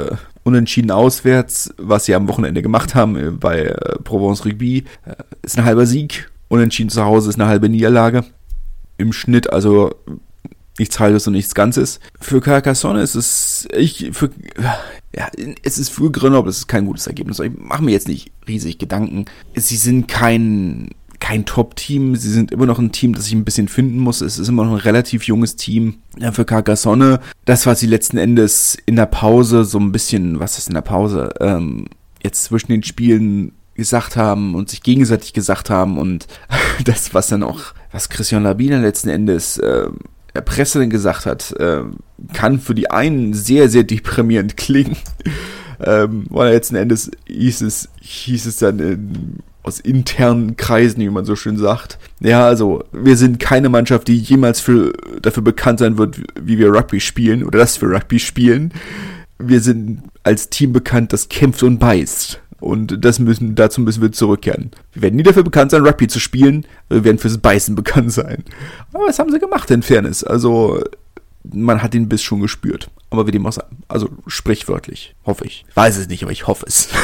Unentschieden auswärts, was sie am Wochenende gemacht haben bei äh, Provence Rugby, äh, ist ein halber Sieg. Unentschieden zu Hause ist eine halbe Niederlage. Im Schnitt also nichts Halbes und nichts Ganzes. Für Carcassonne ist es, ich, für, ja, es ist für Grenoble, es ist kein gutes Ergebnis. Ich mache mir jetzt nicht riesig Gedanken. Sie sind kein, kein Top-Team. Sie sind immer noch ein Team, das ich ein bisschen finden muss. Es ist immer noch ein relativ junges Team. Ja, für Carcassonne, das, was sie letzten Endes in der Pause so ein bisschen, was ist in der Pause, ähm, jetzt zwischen den Spielen gesagt haben und sich gegenseitig gesagt haben und das, was dann auch, was Christian Labiner letzten Endes, ähm, der Presse dann gesagt hat, äh, kann für die einen sehr, sehr deprimierend klingen. ähm, weil letzten Endes hieß es, hieß es dann in, aus internen Kreisen, wie man so schön sagt. Ja, also wir sind keine Mannschaft, die jemals für, dafür bekannt sein wird, wie wir Rugby spielen oder dass wir Rugby spielen. Wir sind als Team bekannt, das kämpft und beißt. Und das müssen, dazu müssen wir zurückkehren. Wir werden nie dafür bekannt sein, Rugby zu spielen. Wir werden fürs Beißen bekannt sein. Aber was haben sie gemacht, in Fairness? Also, man hat den Biss schon gespürt. Aber wie dem auch sei. Also, sprichwörtlich. Hoffe ich. Weiß es nicht, aber ich hoffe es.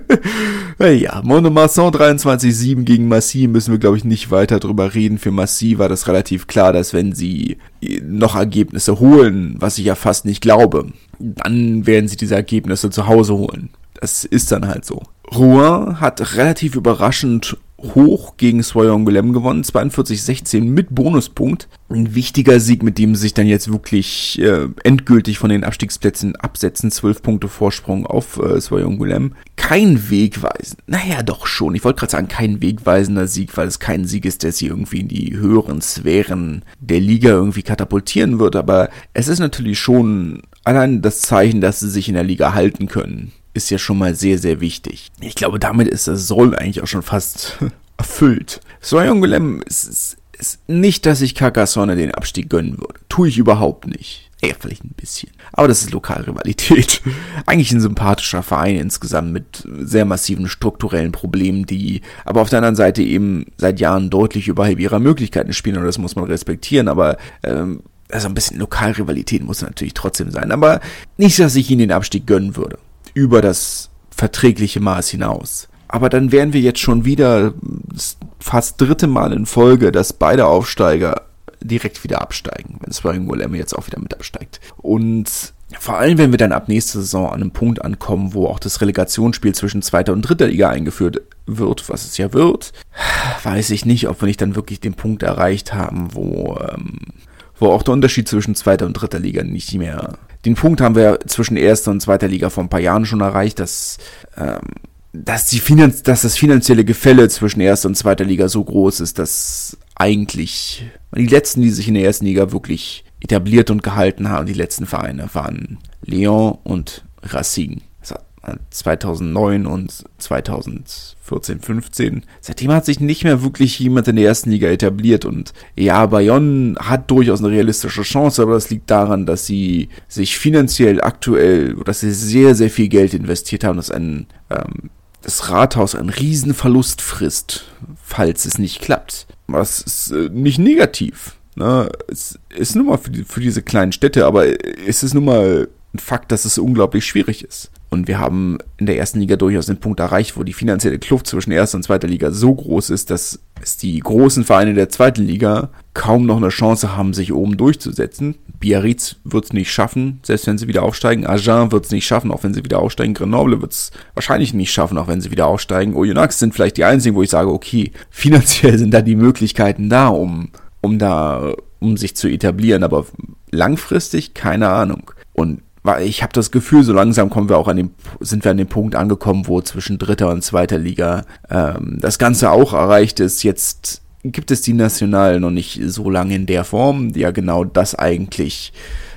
Ja, Mont-de-Marsan dreiundzwanzig sieben gegen Massy müssen wir, glaube ich, nicht weiter drüber reden. Für Massy war das relativ klar, dass wenn sie noch Ergebnisse holen, was ich ja fast nicht glaube, dann werden sie diese Ergebnisse zu Hause holen. Das ist dann halt so. Rouen hat relativ überraschend hoch gegen Soyons-Angoulême gewonnen, zweiundvierzig sechzehn mit Bonuspunkt. Ein wichtiger Sieg, mit dem sie sich dann jetzt wirklich äh, endgültig von den Abstiegsplätzen absetzen. zwölf Punkte Vorsprung auf äh, Soyons-Angoulême. Kein wegweisender, naja doch schon, ich wollte gerade sagen, kein wegweisender Sieg, weil es kein Sieg ist, der sie irgendwie in die höheren Sphären der Liga irgendwie katapultieren wird. Aber es ist natürlich schon allein das Zeichen, dass sie sich in der Liga halten können, ist ja schon mal sehr, sehr wichtig. Ich glaube, damit ist das Soll eigentlich auch schon fast erfüllt. Soyons-Angoulême ist, ist nicht, dass ich Carcassonne den Abstieg gönnen würde. Tue ich überhaupt nicht. Eher vielleicht ein bisschen. Aber das ist Lokalrivalität. Eigentlich ein sympathischer Verein insgesamt mit sehr massiven strukturellen Problemen, die aber auf der anderen Seite eben seit Jahren deutlich überhalb ihrer Möglichkeiten spielen. Und das muss man respektieren. Aber ähm, also ein bisschen Lokalrivalität muss natürlich trotzdem sein. Aber nicht, dass ich ihnen den Abstieg gönnen würde. Über das verträgliche Maß hinaus. Aber dann wären wir jetzt schon wieder das fast dritte Mal in Folge, dass beide Aufsteiger direkt wieder absteigen, wenn Soyons-Angoulême jetzt auch wieder mit absteigt. Und vor allem, wenn wir dann ab nächster Saison an einem Punkt ankommen, wo auch das Relegationsspiel zwischen zweiter und dritter Liga eingeführt wird, was es ja wird, weiß ich nicht, ob wir nicht dann wirklich den Punkt erreicht haben, wo, ähm, wo auch der Unterschied zwischen zweiter und dritter Liga nicht mehr... Den Punkt haben wir zwischen erster und zweiter Liga vor ein paar Jahren schon erreicht, dass, ähm, dass, die Finanz- dass das finanzielle Gefälle zwischen erster und zweiter Liga so groß ist, dass eigentlich die letzten, die sich in der ersten Liga wirklich etabliert und gehalten haben, die letzten Vereine waren Lyon und Racing. zweitausendneun und zweitausendvierzehn, fünfzehn. Seitdem hat sich nicht mehr wirklich jemand in der ersten Liga etabliert und ja, Bayonne hat durchaus eine realistische Chance, aber das liegt daran, dass sie sich finanziell aktuell, dass sie sehr, sehr viel Geld investiert haben, dass ein, ähm, das Rathaus einen riesen Verlust frisst, falls es nicht klappt. Das ist äh, nicht negativ. Ne? Es ist nun mal für, die, für diese kleinen Städte, aber es ist nun mal ein Fakt, dass es unglaublich schwierig ist. Und wir haben in der ersten Liga durchaus den Punkt erreicht, wo die finanzielle Kluft zwischen erster und zweiter Liga so groß ist, dass es die großen Vereine der zweiten Liga kaum noch eine Chance haben, sich oben durchzusetzen. Biarritz wird es nicht schaffen, selbst wenn sie wieder aufsteigen. Agen wird es nicht schaffen, auch wenn sie wieder aufsteigen. Grenoble wird es wahrscheinlich nicht schaffen, auch wenn sie wieder aufsteigen. Oyonnax sind vielleicht die einzigen, wo ich sage, okay, finanziell sind da die Möglichkeiten da, um, um da, um sich zu etablieren, aber langfristig keine Ahnung. Und ich habe das Gefühl, so langsam kommen wir auch an dem, sind wir an dem Punkt angekommen, wo zwischen dritter und zweiter Liga ähm, das Ganze auch erreicht ist. Jetzt gibt es die Nationalen noch nicht so lange in der Form, die ja genau das eigentlich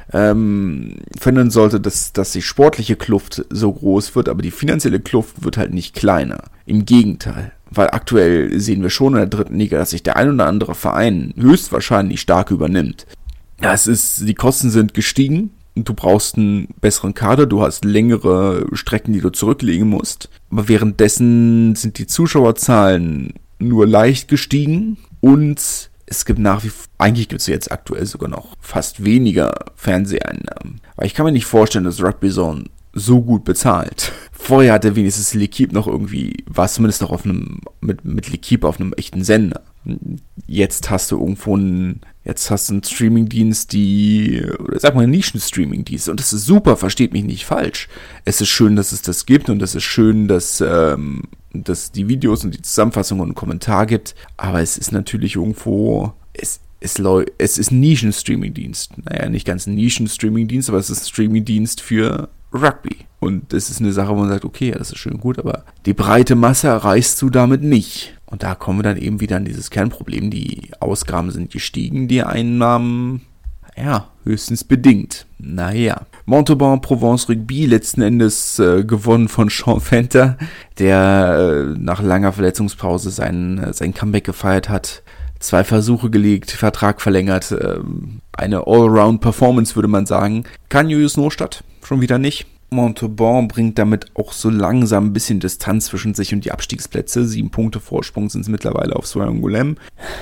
ähm, finden sollte, dass, dass die sportliche Kluft so groß wird, aber die finanzielle Kluft wird halt nicht kleiner. Im Gegenteil. Weil aktuell sehen wir schon in der dritten Liga, dass sich der ein oder andere Verein höchstwahrscheinlich stark übernimmt. Das ist, die Kosten sind gestiegen. Du brauchst einen besseren Kader, du hast längere Strecken, die du zurücklegen musst. Aber währenddessen sind die Zuschauerzahlen nur leicht gestiegen und es gibt nach wie vor, eigentlich gibt es jetzt aktuell sogar noch fast weniger Fernseheinnahmen. Weil ich kann mir nicht vorstellen, dass Rugby so ein so gut bezahlt. Vorher hatte wenigstens L'Équipe noch irgendwie, war es zumindest noch auf einem, mit, mit L'Équipe auf einem echten Sender. Jetzt hast du irgendwo einen, jetzt hast du einen Streamingdienst, die, oder sag mal einen Nischen-Streamingdienst, und das ist super, versteht mich nicht falsch. Es ist schön, dass es das gibt, und es ist schön, dass, ähm, dass die Videos und die Zusammenfassung und einen Kommentar gibt, aber es ist natürlich irgendwo, es Es, es ist ein Nischen-Streaming-Dienst. Naja, nicht ganz ein Nischen-Streaming-Dienst, aber es ist ein Streaming-Dienst für Rugby. Und das ist eine Sache, wo man sagt, okay, ja, das ist schön gut, aber die breite Masse erreichst du damit nicht. Und da kommen wir dann eben wieder an dieses Kernproblem. Die Ausgaben sind gestiegen, die Einnahmen, ja, höchstens bedingt. Naja. Montauban Provence Rugby, letzten Endes äh, gewonnen von Sean Fenter, der äh, nach langer Verletzungspause sein, äh, sein Comeback gefeiert hat. Zwei Versuche gelegt, Vertrag verlängert, ähm, eine Allround-Performance, würde man sagen. Kann Julius Nostadt schon wieder nicht. Montauban bringt damit auch so langsam ein bisschen Distanz zwischen sich und die Abstiegsplätze. Sieben Punkte Vorsprung sind es mittlerweile auf Soyangoulême.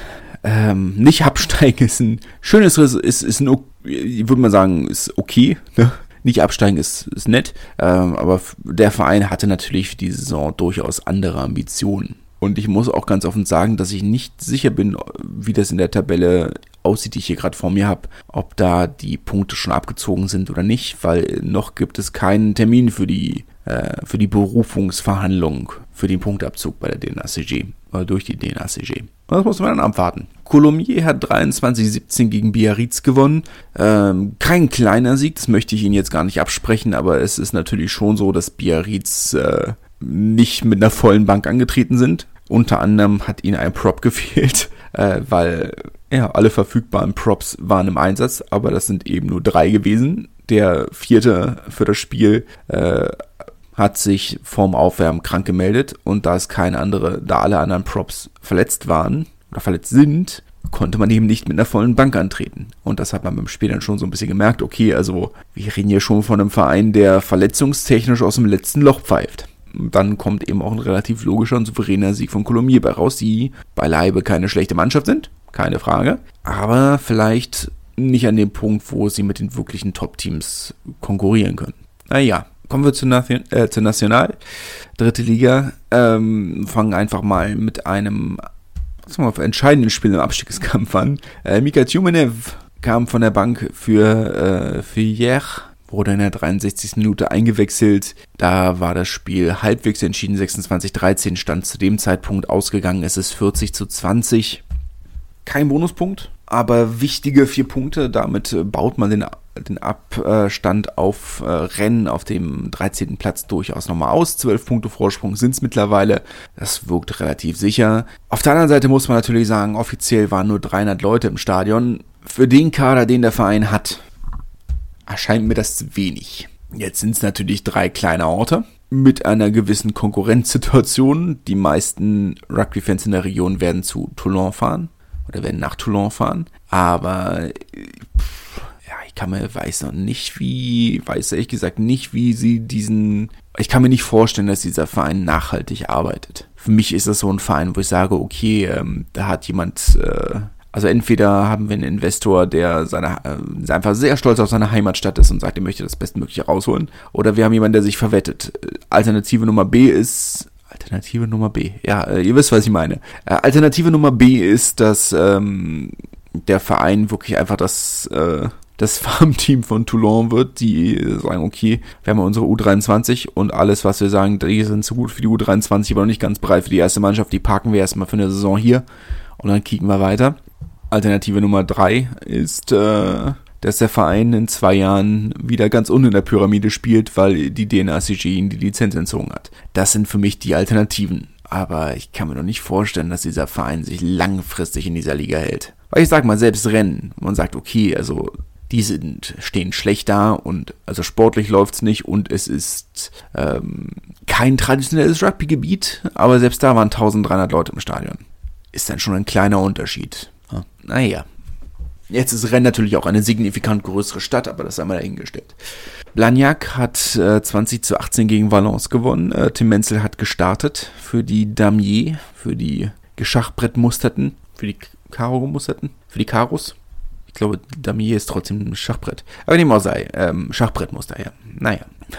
Ähm, nicht absteigen ist ein schönes, ist, ist ein, würde man sagen, ist okay, ne? Nicht absteigen ist, ist nett, ähm, aber der Verein hatte natürlich für die Saison durchaus andere Ambitionen. Und ich muss auch ganz offen sagen, dass ich nicht sicher bin, wie das in der Tabelle aussieht, die ich hier gerade vor mir habe, ob da die Punkte schon abgezogen sind oder nicht, weil noch gibt es keinen Termin für die äh, für die Berufungsverhandlung für den Punktabzug bei der D N A C G, oder durch die D N A C G. Das muss man dann abwarten. Coulommiers hat dreiundzwanzig siebzehn gegen Biarritz gewonnen. Ähm, kein kleiner Sieg, das möchte ich Ihnen jetzt gar nicht absprechen, aber es ist natürlich schon so, dass Biarritz äh, nicht mit einer vollen Bank angetreten sind. Unter anderem hat ihnen ein Prop gefehlt, äh, weil ja alle verfügbaren Props waren im Einsatz, aber das sind eben nur drei gewesen. Der vierte für das Spiel äh, hat sich vorm Aufwärmen krank gemeldet, und da es keine andere, da alle anderen Props verletzt waren oder verletzt sind, konnte man eben nicht mit einer vollen Bank antreten. Und das hat man beim Spiel dann schon so ein bisschen gemerkt. Okay, also wir reden hier schon von einem Verein, der verletzungstechnisch aus dem letzten Loch pfeift. Dann kommt eben auch ein relativ logischer und souveräner Sieg von Coulommiers bei raus, die beileibe keine schlechte Mannschaft sind, keine Frage, aber vielleicht nicht an dem Punkt, wo sie mit den wirklichen Top-Teams konkurrieren können. Naja, kommen wir zur, Nation, äh, zur National, dritte Liga, ähm, fangen einfach mal mit einem was mal, entscheidenden Spiel im Abstiegskampf an. Äh, Mika Tjumenev kam von der Bank für, äh, für Hier, wurde in der dreiundsechzigsten Minute eingewechselt. Da war das Spiel halbwegs entschieden. sechsundzwanzig dreizehn stand zu dem Zeitpunkt ausgegangen. Es ist vierzig zu zwanzig. Kein Bonuspunkt, aber wichtige vier Punkte. Damit baut man den, den Abstand auf äh, Rennen auf dem dreizehnten Platz durchaus nochmal aus. zwölf Punkte Vorsprung sind es mittlerweile. Das wirkt relativ sicher. Auf der anderen Seite muss man natürlich sagen, offiziell waren nur dreihundert Leute im Stadion. Für den Kader, den der Verein hat, erscheint mir das zu wenig. Jetzt sind es natürlich drei kleine Orte mit einer gewissen Konkurrenzsituation. Die meisten Rugby-Fans in der Region werden zu Toulon fahren oder werden nach Toulon fahren. Aber pff, ja, ich kann mir, weiß noch nicht, wie, weiß ehrlich gesagt nicht, wie sie diesen, ich kann mir nicht vorstellen, dass dieser Verein nachhaltig arbeitet. Für mich ist das so ein Verein, wo ich sage, okay, ähm, da hat jemand, äh, also entweder haben wir einen Investor, der seine, äh, einfach sehr stolz auf seine Heimatstadt ist und sagt, er möchte das Bestmögliche rausholen, oder wir haben jemanden, der sich verwettet. Alternative Nummer B ist, Alternative Nummer B, ja, äh, ihr wisst, was ich meine. Äh, Alternative Nummer B ist, dass ähm, der Verein wirklich einfach das, äh, das Farmteam von Toulon wird, die sagen, okay, wir haben ja unsere U dreiundzwanzig und alles, was wir sagen, die sind zu gut für die U dreiundzwanzig, aber noch nicht ganz bereit für die erste Mannschaft, die parken wir erstmal für eine Saison hier und dann kicken wir weiter. Alternative Nummer drei ist, äh, dass der Verein in zwei Jahren wieder ganz unten in der Pyramide spielt, weil die D N A C G ihnen die Lizenz entzogen hat. Das sind für mich die Alternativen. Aber ich kann mir doch nicht vorstellen, dass dieser Verein sich langfristig in dieser Liga hält. Weil ich sag mal, selbst Rennen, man sagt, okay, also die sind, stehen schlecht da und also sportlich läuft's nicht und es ist ähm, kein traditionelles Rugby-Gebiet, aber selbst da waren eintausenddreihundert Leute im Stadion. Ist dann schon ein kleiner Unterschied. Ja, naja. Jetzt ist Rennes natürlich auch eine signifikant größere Stadt, aber das haben wir dahingestellt. Blagnac hat äh, zwanzig zu achtzehn gegen Valence gewonnen. Äh, Tim Menzel hat gestartet für die Damier, für die Geschachbrettmusterten, für die Karo-gemusterten, für die Karos. Ich glaube, Damier ist trotzdem ein Schachbrett. Aber dem auch sei, ähm, Schachbrettmuster, ja. Naja.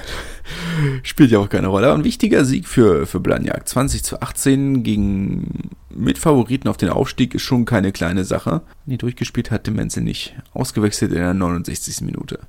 Spielt ja auch keine Rolle. Aber ein wichtiger Sieg für, für Blagnac. zwanzig zu achtzehn gegen Mitfavoriten auf den Aufstieg ist schon keine kleine Sache. Nee, durchgespielt hat Menzel nicht. Ausgewechselt in der neunundsechzigsten Minute.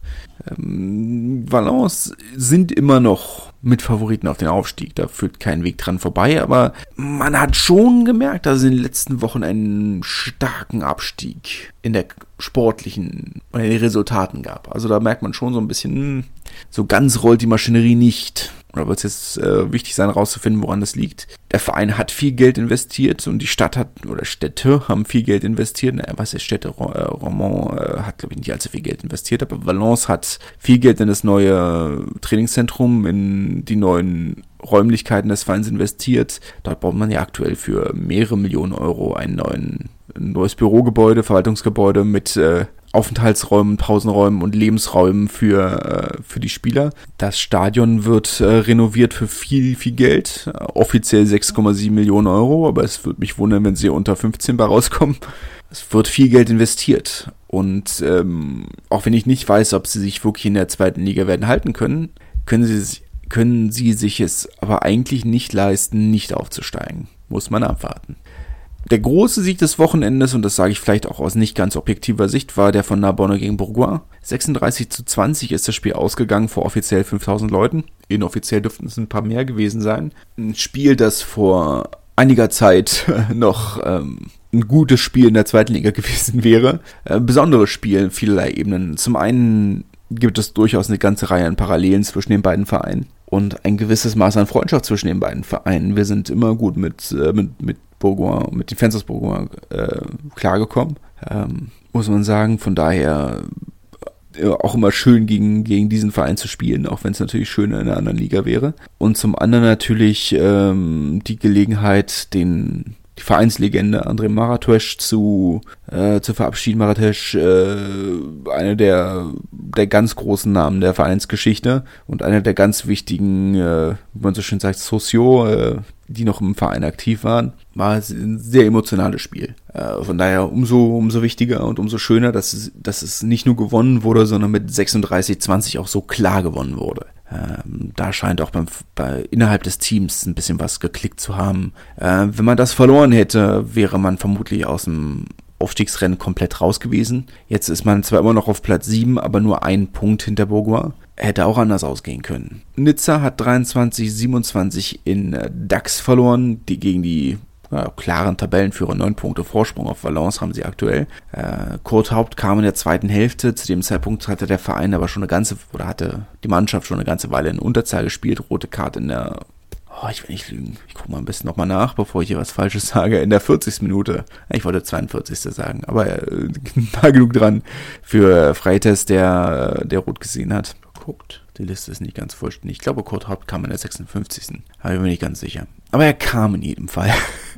Ähm, Valence sind immer noch Mitfavoriten auf den Aufstieg. Da führt kein Weg dran vorbei. Aber man hat schon gemerkt, dass es in den letzten Wochen einen starken Abstieg in der sportlichen, in den Resultaten gab. Also da merkt man schon so ein bisschen, so ganz rollt die Maschinerie nicht. Oder wird es jetzt äh, wichtig sein, rauszufinden, woran das liegt. Der Verein hat viel Geld investiert und die Stadt hat, oder Städte haben viel Geld investiert. Naja, was ist Städte? Romand äh, hat, glaube ich, nicht allzu viel Geld investiert, aber Valence hat viel Geld in das neue Trainingszentrum, in die neuen Räumlichkeiten des Vereins investiert. Dort baut man ja aktuell für mehrere Millionen Euro einen neuen, ein neues Bürogebäude, Verwaltungsgebäude mit äh, Aufenthaltsräumen, Pausenräumen und Lebensräumen für, äh, für die Spieler. Das Stadion wird äh, renoviert für viel, viel Geld. Äh, offiziell sechs Komma sieben Millionen Euro, aber es würde mich wundern, wenn sie unter fünfzehn bei rauskommen. Es wird viel Geld investiert. Und ähm, auch wenn ich nicht weiß, ob sie sich wirklich in der zweiten Liga werden halten können, können sie, können sie sich es aber eigentlich nicht leisten, nicht aufzusteigen. Muss man abwarten. Der große Sieg des Wochenendes, und das sage ich vielleicht auch aus nicht ganz objektiver Sicht, war der von Narbonne gegen Bourgoin. sechsunddreißig zu zwanzig ist das Spiel ausgegangen vor offiziell fünftausend Leuten. Inoffiziell dürften es ein paar mehr gewesen sein. Ein Spiel, das vor einiger Zeit noch ähm, ein gutes Spiel in der zweiten Liga gewesen wäre. Äh, besonderes Spiel in vielerlei Ebenen. Zum einen gibt es durchaus eine ganze Reihe an Parallelen zwischen den beiden Vereinen und ein gewisses Maß an Freundschaft zwischen den beiden Vereinen. Wir sind immer gut mit, äh, mit, mit Bourgoin, mit den Fans aus Bourgoin äh, klargekommen, ähm, muss man sagen. Von daher äh, auch immer schön gegen, gegen diesen Verein zu spielen, auch wenn es natürlich schön in einer anderen Liga wäre. Und zum anderen natürlich ähm, die Gelegenheit, den die Vereinslegende André Maratesch zu, äh, zu verabschieden. Maratesch, äh, einer der, der ganz großen Namen der Vereinsgeschichte und einer der ganz wichtigen, äh, wie man so schön sagt, Socio, äh, die noch im Verein aktiv waren. War ein sehr emotionales Spiel. Äh, von daher umso, umso wichtiger und umso schöner, dass es, dass es nicht nur gewonnen wurde, sondern mit sechsunddreißig zwanzig auch so klar gewonnen wurde. Ähm, da scheint auch beim, bei, innerhalb des Teams ein bisschen was geklickt zu haben. Äh, wenn man das verloren hätte, wäre man vermutlich aus dem Aufstiegsrennen komplett raus gewesen. Jetzt ist man zwar immer noch auf Platz sieben, aber nur ein Punkt hinter Bourgoin. Hätte auch anders ausgehen können. Nizza hat dreiundzwanzig siebenundzwanzig in äh, Dax verloren, die gegen die ja, klaren Tabellenführer, neun Punkte Vorsprung auf Valence haben sie aktuell. Äh, Kurt Haupt kam in der zweiten Hälfte. Zu dem Zeitpunkt hatte der Verein aber schon eine ganze, oder hatte die Mannschaft schon eine ganze Weile in Unterzahl gespielt. Rote Karte in der, oh, ich will nicht lügen. Ich gucke mal ein bisschen nochmal nach, bevor ich hier was Falsches sage. In der vierzigsten Minute. Ich wollte zweiundvierzigste sagen, aber äh, nah genug dran für Freites, der, der rot gesehen hat. Guckt. Die Liste ist nicht ganz vollständig. Ich glaube, Kurt Haupt kam in der sechsundfünfzigsten Aber ich bin mir nicht ganz sicher. Aber er kam in jedem Fall.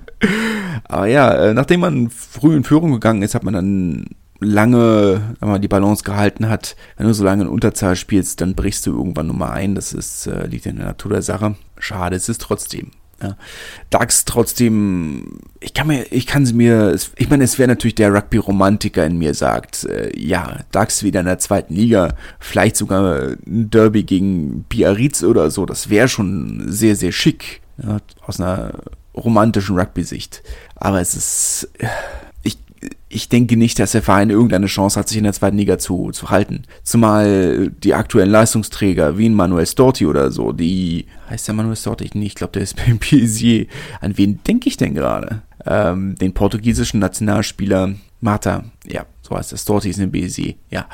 Aber ja, nachdem man früh in Führung gegangen ist, hat man dann lange, wenn man die Balance gehalten hat. Wenn du so lange in Unterzahl spielst, dann brichst du irgendwann nur mal ein. Das ist, äh, liegt in der Natur der Sache. Schade, es ist trotzdem. Ja. Dax trotzdem, ich kann mir, ich kann sie mir, ich meine, es wäre natürlich der Rugby-Romantiker in mir sagt, äh, ja, Dax wieder in der zweiten Liga, vielleicht sogar ein Derby gegen Biarritz oder so, das wäre schon sehr, sehr schick, ja, aus einer romantischen Rugby-Sicht. Aber es ist, ich, ich denke nicht, dass der Verein irgendeine Chance hat, sich in der zweiten Liga zu, zu halten. Zumal die aktuellen Leistungsträger, wie ein Manuel Storti oder so, die, heißt der Manuel Storti? Nee, ich glaube, der ist beim P S G. An wen denke ich denn gerade? Ähm, den portugiesischen Nationalspieler Mata, ja, so heißt der, Storti ist in B S G, ja.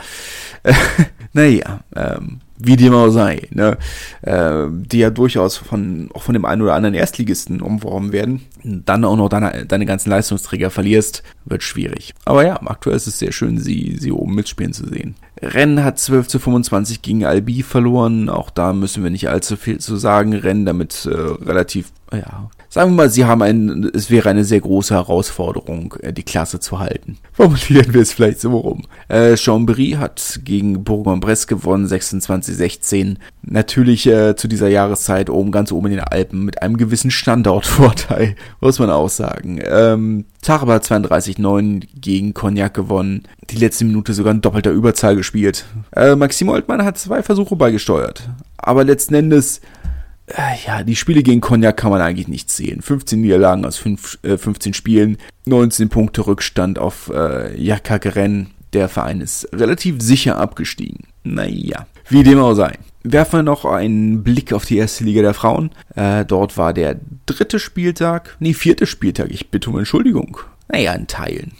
naja, ähm, wie dem auch sei, ne, äh, die ja durchaus von, auch von dem einen oder anderen Erstligisten umworben werden, dann auch noch deine, deine ganzen Leistungsträger verlierst, wird schwierig. Aber ja, aktuell ist es sehr schön, sie, sie oben mitspielen zu sehen. Rennes hat zwölf zu fünfundzwanzig gegen Albi verloren, auch da müssen wir nicht allzu viel zu sagen. Rennes damit äh, relativ, ja, sagen wir mal, sie haben ein, es wäre eine sehr große Herausforderung, die Klasse zu halten. Formulieren wir es vielleicht so rum. Äh, Chambéry hat gegen Bourg-en-Bresse gewonnen, sechsundzwanzig sechzehn. Natürlich äh, zu dieser Jahreszeit oben, ganz oben in den Alpen, mit einem gewissen Standortvorteil, muss man auch sagen. Ähm, Tarbes zweiunddreißig neun gegen Cognac gewonnen. Die letzte Minute sogar in doppelter Überzahl gespielt. Äh, Maxime Oltmann hat zwei Versuche beigesteuert. Aber letzten Endes, äh, ja, die Spiele gegen Cognac kann man eigentlich nicht zählen. fünfzehn Niederlagen aus fünf, äh, fünfzehn Spielen, neunzehn Punkte Rückstand auf äh, Yakagueren. Der Verein ist relativ sicher abgestiegen. Naja, wie dem auch sei. Werfen wir noch einen Blick auf die erste Liga der Frauen. Äh, dort war der dritte Spieltag, nee, vierte Spieltag, ich bitte um Entschuldigung. Naja, in Teilen.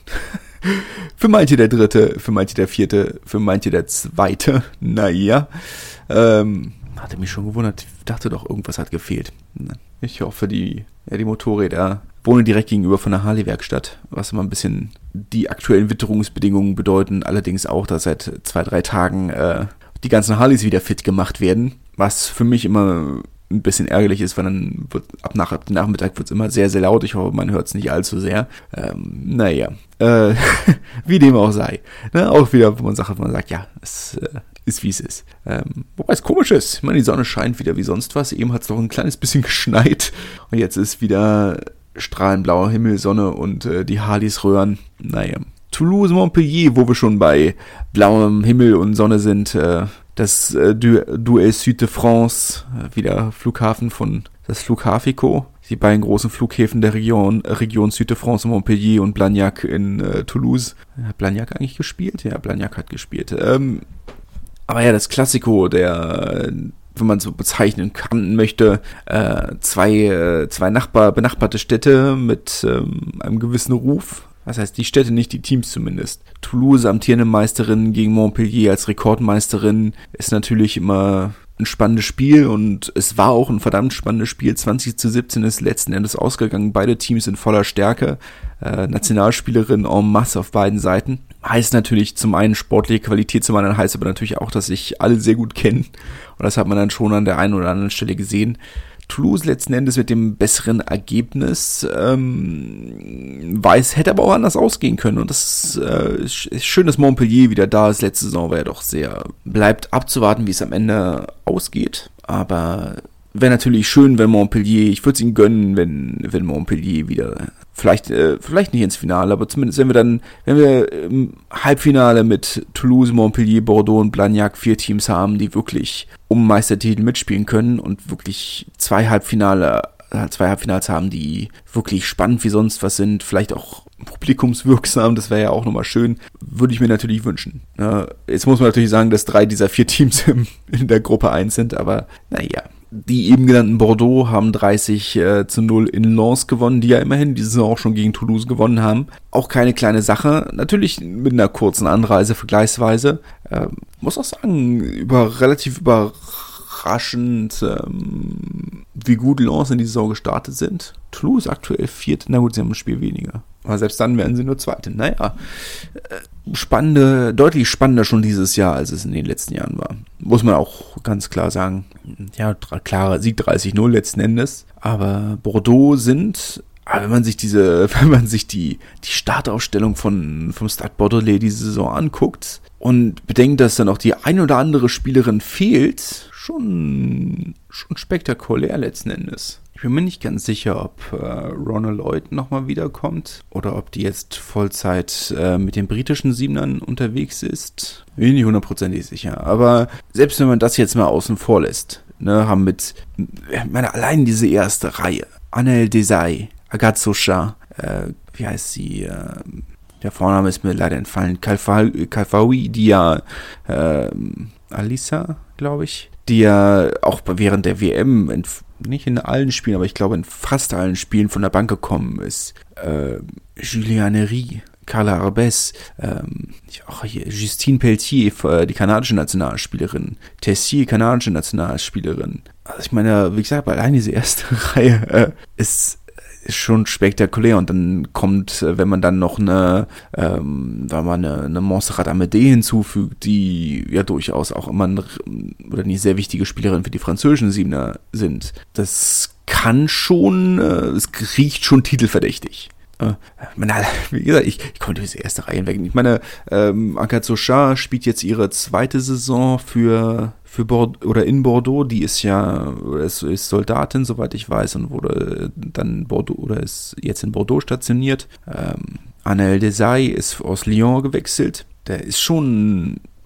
Für manche der dritte, für manche der vierte, für manche der zweite. Naja, ähm, hatte mich schon gewundert. Ich dachte doch, irgendwas hat gefehlt. Ich hoffe, die, ja, die Motorräder wohnen direkt gegenüber von der Harley-Werkstatt, was immer ein bisschen die aktuellen Witterungsbedingungen bedeuten. Allerdings auch, dass seit zwei, drei Tagen äh, die ganzen Harleys wieder fit gemacht werden, was für mich immer ein bisschen ärgerlich ist, weil dann wird ab nach ab Nachmittag wird's immer sehr, sehr laut. Ich hoffe, man hört es nicht allzu sehr. Ähm, naja, äh, wie dem auch sei. Ne? Auch wieder, wo man sagt, wo man sagt, ja, es äh, ist, wie es ist. Ähm, wobei es komisch ist. Ich meine, die Sonne scheint wieder wie sonst was. Eben hat es noch ein kleines bisschen geschneit. Und jetzt ist wieder strahlend blauer Himmel, Sonne und äh, die Harleys röhren. Naja. Toulouse, Montpellier, wo wir schon bei blauem Himmel und Sonne sind, äh, das äh, Duel Sud de France, äh, wieder Flughafen von das Flughafico, die beiden großen Flughäfen der Region, äh, Region Sud de France, Montpellier und Blagnac in äh, Toulouse. Hat Blagnac eigentlich gespielt? Ja, Blagnac hat gespielt. Ähm, aber ja, das Klassiko, der, wenn man so bezeichnen kann, möchte, äh, zwei, äh, zwei Nachbar, benachbarte Städte mit ähm, einem gewissen Ruf. Das heißt, die Städte nicht, die Teams zumindest. Toulouse, amtierende Meisterin gegen Montpellier als Rekordmeisterin, ist natürlich immer ein spannendes Spiel und es war auch ein verdammt spannendes Spiel. zwanzig zu siebzehn ist letzten Endes ausgegangen. Beide Teams in voller Stärke. Äh, Nationalspielerin en masse auf beiden Seiten. Heißt natürlich zum einen sportliche Qualität, zum anderen heißt aber natürlich auch, dass sich alle sehr gut kennen. Und das hat man dann schon an der einen oder anderen Stelle gesehen. Toulouse letzten Endes mit dem besseren Ergebnis, ähm, weiß, hätte aber auch anders ausgehen können. Und das äh, ist schön, dass Montpellier wieder da ist. Letzte Saison war ja doch sehr, bleibt abzuwarten, wie es am Ende ausgeht. Aber wäre natürlich schön, wenn Montpellier, ich würde es ihnen gönnen, wenn, wenn Montpellier wieder, vielleicht, äh, vielleicht nicht ins Finale, aber zumindest wenn wir dann, wenn wir im Halbfinale mit Toulouse, Montpellier, Bordeaux und Blagnac vier Teams haben, die wirklich um Meistertitel mitspielen können und wirklich zwei Halbfinale, zwei Halbfinals haben, die wirklich spannend wie sonst was sind, vielleicht auch publikumswirksam, das wäre ja auch nochmal schön, würde ich mir natürlich wünschen. Ja, jetzt muss man natürlich sagen, dass drei dieser vier Teams im, in der Gruppe eins sind, aber naja. Die eben genannten Bordeaux haben dreißig äh, zu null in Lens gewonnen, die ja immerhin diese Saison auch schon gegen Toulouse gewonnen haben. Auch keine kleine Sache, natürlich mit einer kurzen Anreise vergleichsweise. Äh, muss auch sagen, über relativ überraschend, ähm, wie gut Lens in die Saison gestartet sind. Toulouse aktuell vierte, na gut, sie haben ein Spiel weniger. Aber selbst dann werden sie nur Zweite. Naja, äh, spannende, deutlich spannender schon dieses Jahr, als es in den letzten Jahren war. Muss man auch ganz klar sagen. Ja, klarer Sieg dreißig null letzten Endes. Aber Bordeaux sind, wenn man sich diese, wenn man sich die, die Startaufstellung von, vom Stade Bordelais diese Saison anguckt und bedenkt, dass dann auch die ein oder andere Spielerin fehlt, schon, schon spektakulär letzten Endes. Ich bin mir nicht ganz sicher, ob äh, Rona Lloyd nochmal wiederkommt oder ob die jetzt Vollzeit äh, mit den britischen Siebenern unterwegs ist. Bin nicht hundertprozentig sicher. Aber selbst wenn man das jetzt mal außen vor lässt, ne, haben mit, ich meine, allein diese erste Reihe, Annelle Desai, Agathe Socha, äh, wie heißt sie, äh, der Vorname ist mir leider entfallen, Kalfaoui, die ja, äh, Alisa, glaube ich, die ja auch während der W M, in, nicht in allen Spielen, aber ich glaube in fast allen Spielen von der Bank gekommen ist. Äh, Juliane Rie, Carla Arbès, ähm, auch hier, Justine Pelletier, die kanadische Nationalspielerin, Tessier, kanadische Nationalspielerin. Also ich meine, wie gesagt, allein diese erste Reihe äh, ist ist schon spektakulär und dann kommt, wenn man dann noch eine, ähm, wenn man eine, eine Montserrat Amédée hinzufügt, die ja durchaus auch immer eine, oder eine sehr wichtige Spielerin für die französischen Siebener sind, das kann schon, äh, es riecht schon titelverdächtig. Äh, meine, wie gesagt, ich, ich komme durch diese erste Reihe hinweg. Ich meine, ähm, Agathe Socha spielt jetzt ihre zweite Saison für für Bordeaux oder in Bordeaux, die ist ja ist, ist Soldatin, soweit ich weiß, und wurde dann Bordeaux oder ist jetzt in Bordeaux stationiert. Ähm, Annelle Desai ist aus Lyon gewechselt. Der ist schon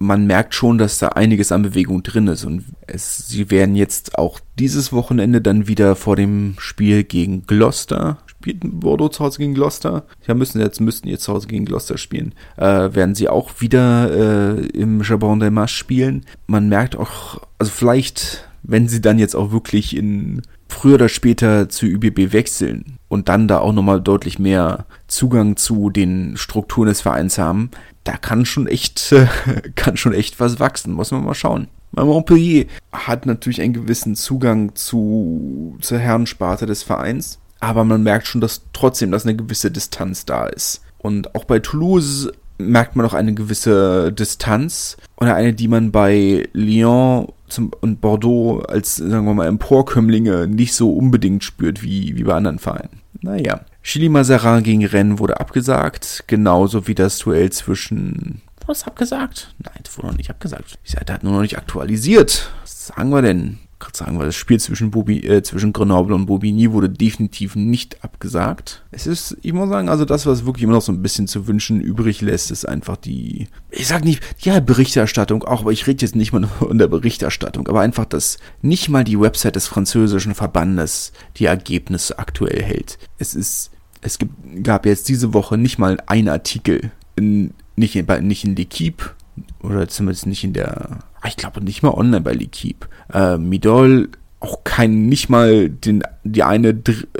man merkt schon, dass da einiges an Bewegung drin ist und es, sie werden jetzt auch dieses Wochenende dann wieder vor dem Spiel gegen Gloucester, spielt Bordeaux zu Hause gegen Gloucester? Ja, müssen jetzt, müssten jetzt zu Hause gegen Gloucester spielen, äh, werden sie auch wieder äh, im Jabon des Mas spielen. Man merkt auch, also vielleicht, wenn sie dann jetzt auch wirklich in früher oder später zu Ü B B wechseln und dann da auch nochmal deutlich mehr Zugang zu den Strukturen des Vereins haben, da kann schon echt, äh, kann schon echt was wachsen, muss man mal schauen. Montpellier hat natürlich einen gewissen Zugang zu, zur Herrensparte des Vereins, aber man merkt schon, dass trotzdem, dass eine gewisse Distanz da ist. Und auch bei Toulouse merkt man auch eine gewisse Distanz oder eine, die man bei Lyon zum, und Bordeaux als, sagen wir mal, Emporkömmlinge nicht so unbedingt spürt wie, wie bei anderen Vereinen. Naja. Chilly-Mazarin gegen Rennes wurde abgesagt, genauso wie das Duell zwischen... Was abgesagt? Nein, das wurde noch nicht abgesagt. Die Seite hat nur noch nicht aktualisiert. Was sagen wir denn? Gerade sagen wir, das Spiel zwischen, Bobi, äh, zwischen Grenoble und Bobigny wurde definitiv nicht abgesagt. Es ist, ich muss sagen, also das, was wirklich immer noch so ein bisschen zu wünschen übrig lässt, ist einfach die, ich sag nicht, ja, Berichterstattung auch, aber ich rede jetzt nicht mal von der Berichterstattung, aber einfach, dass nicht mal die Website des französischen Verbandes die Ergebnisse aktuell hält. Es ist, es gibt, gab jetzt diese Woche nicht mal einen Artikel, in, nicht in, nicht in L'Équipe, oder zumindest nicht in der, ich glaube nicht mal online bei L'Équipe. Äh, Midol, auch kein, nicht mal den, die eine,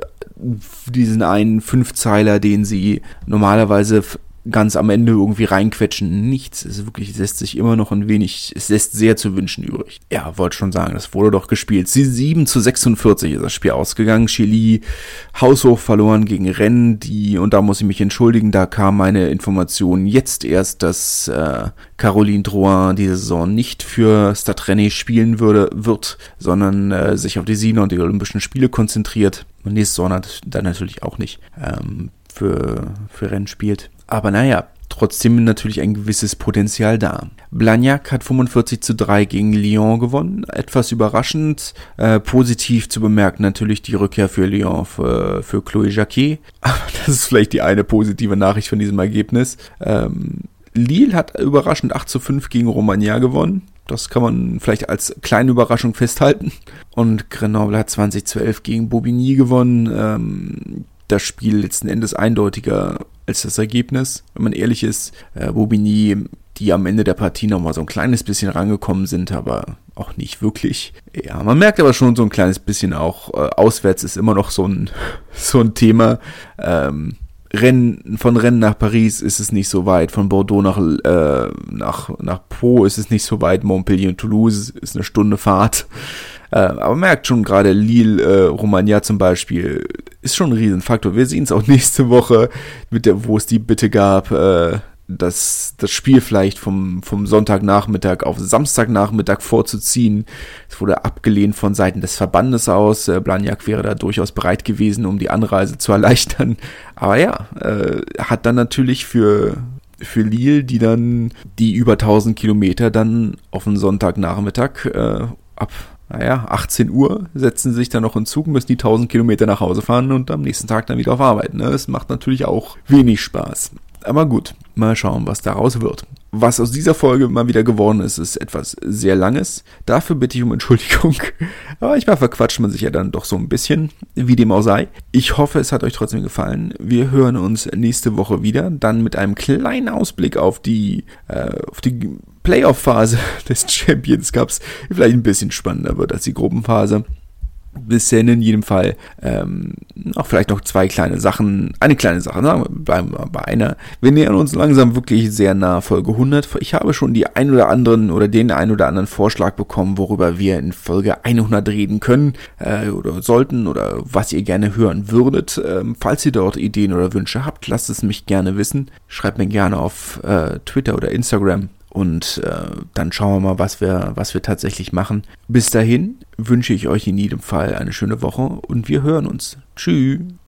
diesen einen Fünfzeiler, den sie normalerweise f- ganz am Ende irgendwie reinquetschen. Nichts. Es ist wirklich, es lässt sich immer noch ein wenig, es lässt sehr zu wünschen übrig. Ja, wollte schon sagen, das wurde doch gespielt. sieben zu sechsundvierzig ist das Spiel ausgegangen. Chilly haushoch verloren gegen Rennes, die, und da muss ich mich entschuldigen, da kam meine Information jetzt erst, dass äh, Caroline Drouin diese Saison nicht für Stade Rennais spielen würde, wird, sondern äh, sich auf die Sieger und die Olympischen Spiele konzentriert. Und nächste Saison hat dann natürlich auch nicht ähm, für, für Rennes spielt. Aber naja, trotzdem natürlich ein gewisses Potenzial da. Blagnac hat fünfundvierzig zu drei gegen Lyon gewonnen. Etwas überraschend. Äh, positiv zu bemerken natürlich die Rückkehr für Lyon für, für Chloé Jacquet. Aber das ist vielleicht die eine positive Nachricht von diesem Ergebnis. Ähm, Lille hat überraschend acht zu fünf gegen Romagna gewonnen. Das kann man vielleicht als kleine Überraschung festhalten. Und Grenoble hat zwanzig zu elf gegen Bobigny gewonnen. Ähm, das Spiel letzten Endes eindeutiger als das Ergebnis. Wenn man ehrlich ist, äh, Bobigny, die am Ende der Partie nochmal so ein kleines bisschen rangekommen sind, aber auch nicht wirklich. Ja, man merkt aber schon so ein kleines bisschen auch, äh, auswärts ist immer noch so ein, so ein Thema. Ähm, Rennen, von Rennes nach Paris ist es nicht so weit, von Bordeaux nach, äh, nach, nach Pau ist es nicht so weit, Montpellier und Toulouse ist eine Stunde Fahrt. Äh, aber man merkt schon gerade Lille, äh, Romagna zum Beispiel, ist schon ein Riesenfaktor. Wir sehen es auch nächste Woche, mit der, wo es die Bitte gab, äh, das, das Spiel vielleicht vom, vom Sonntagnachmittag auf Samstagnachmittag vorzuziehen. Es wurde abgelehnt von Seiten des Verbandes aus. Äh, Blagnac wäre da durchaus bereit gewesen, um die Anreise zu erleichtern. Aber ja, äh, hat dann natürlich für, für Lille, die dann die über tausend Kilometer dann auf den Sonntagnachmittag äh, ab naja, achtzehn Uhr setzen sie sich dann noch in Zug, müssen die tausend Kilometer nach Hause fahren und am nächsten Tag dann wieder auf Arbeit. Ne? Das macht natürlich auch wenig Spaß. Aber gut, mal schauen, was daraus wird. Was aus dieser Folge mal wieder geworden ist, ist etwas sehr Langes. Dafür bitte ich um Entschuldigung. Aber manchmal verquatscht man sich ja dann doch so ein bisschen, wie dem auch sei. Ich hoffe, es hat euch trotzdem gefallen. Wir hören uns nächste Woche wieder, dann mit einem kleinen Ausblick auf die, äh, auf die Playoff-Phase des Champions Cups. Vielleicht ein bisschen spannender wird als die Gruppenphase. Bisher in jedem Fall ähm, auch vielleicht noch zwei kleine Sachen, eine kleine Sache, sagen wir, bleiben wir bei einer. Wir nähern uns langsam wirklich sehr nah Folge hundert. Ich habe schon die ein oder anderen oder den ein oder anderen Vorschlag bekommen, worüber wir in Folge hundert reden können äh, oder sollten oder was ihr gerne hören würdet. Ähm, falls ihr dort Ideen oder Wünsche habt, lasst es mich gerne wissen. Schreibt mir gerne auf äh, Twitter oder Instagram. Und äh, dann schauen wir mal, was wir, was wir tatsächlich machen. Bis dahin wünsche ich euch in jedem Fall eine schöne Woche und wir hören uns. Tschüss.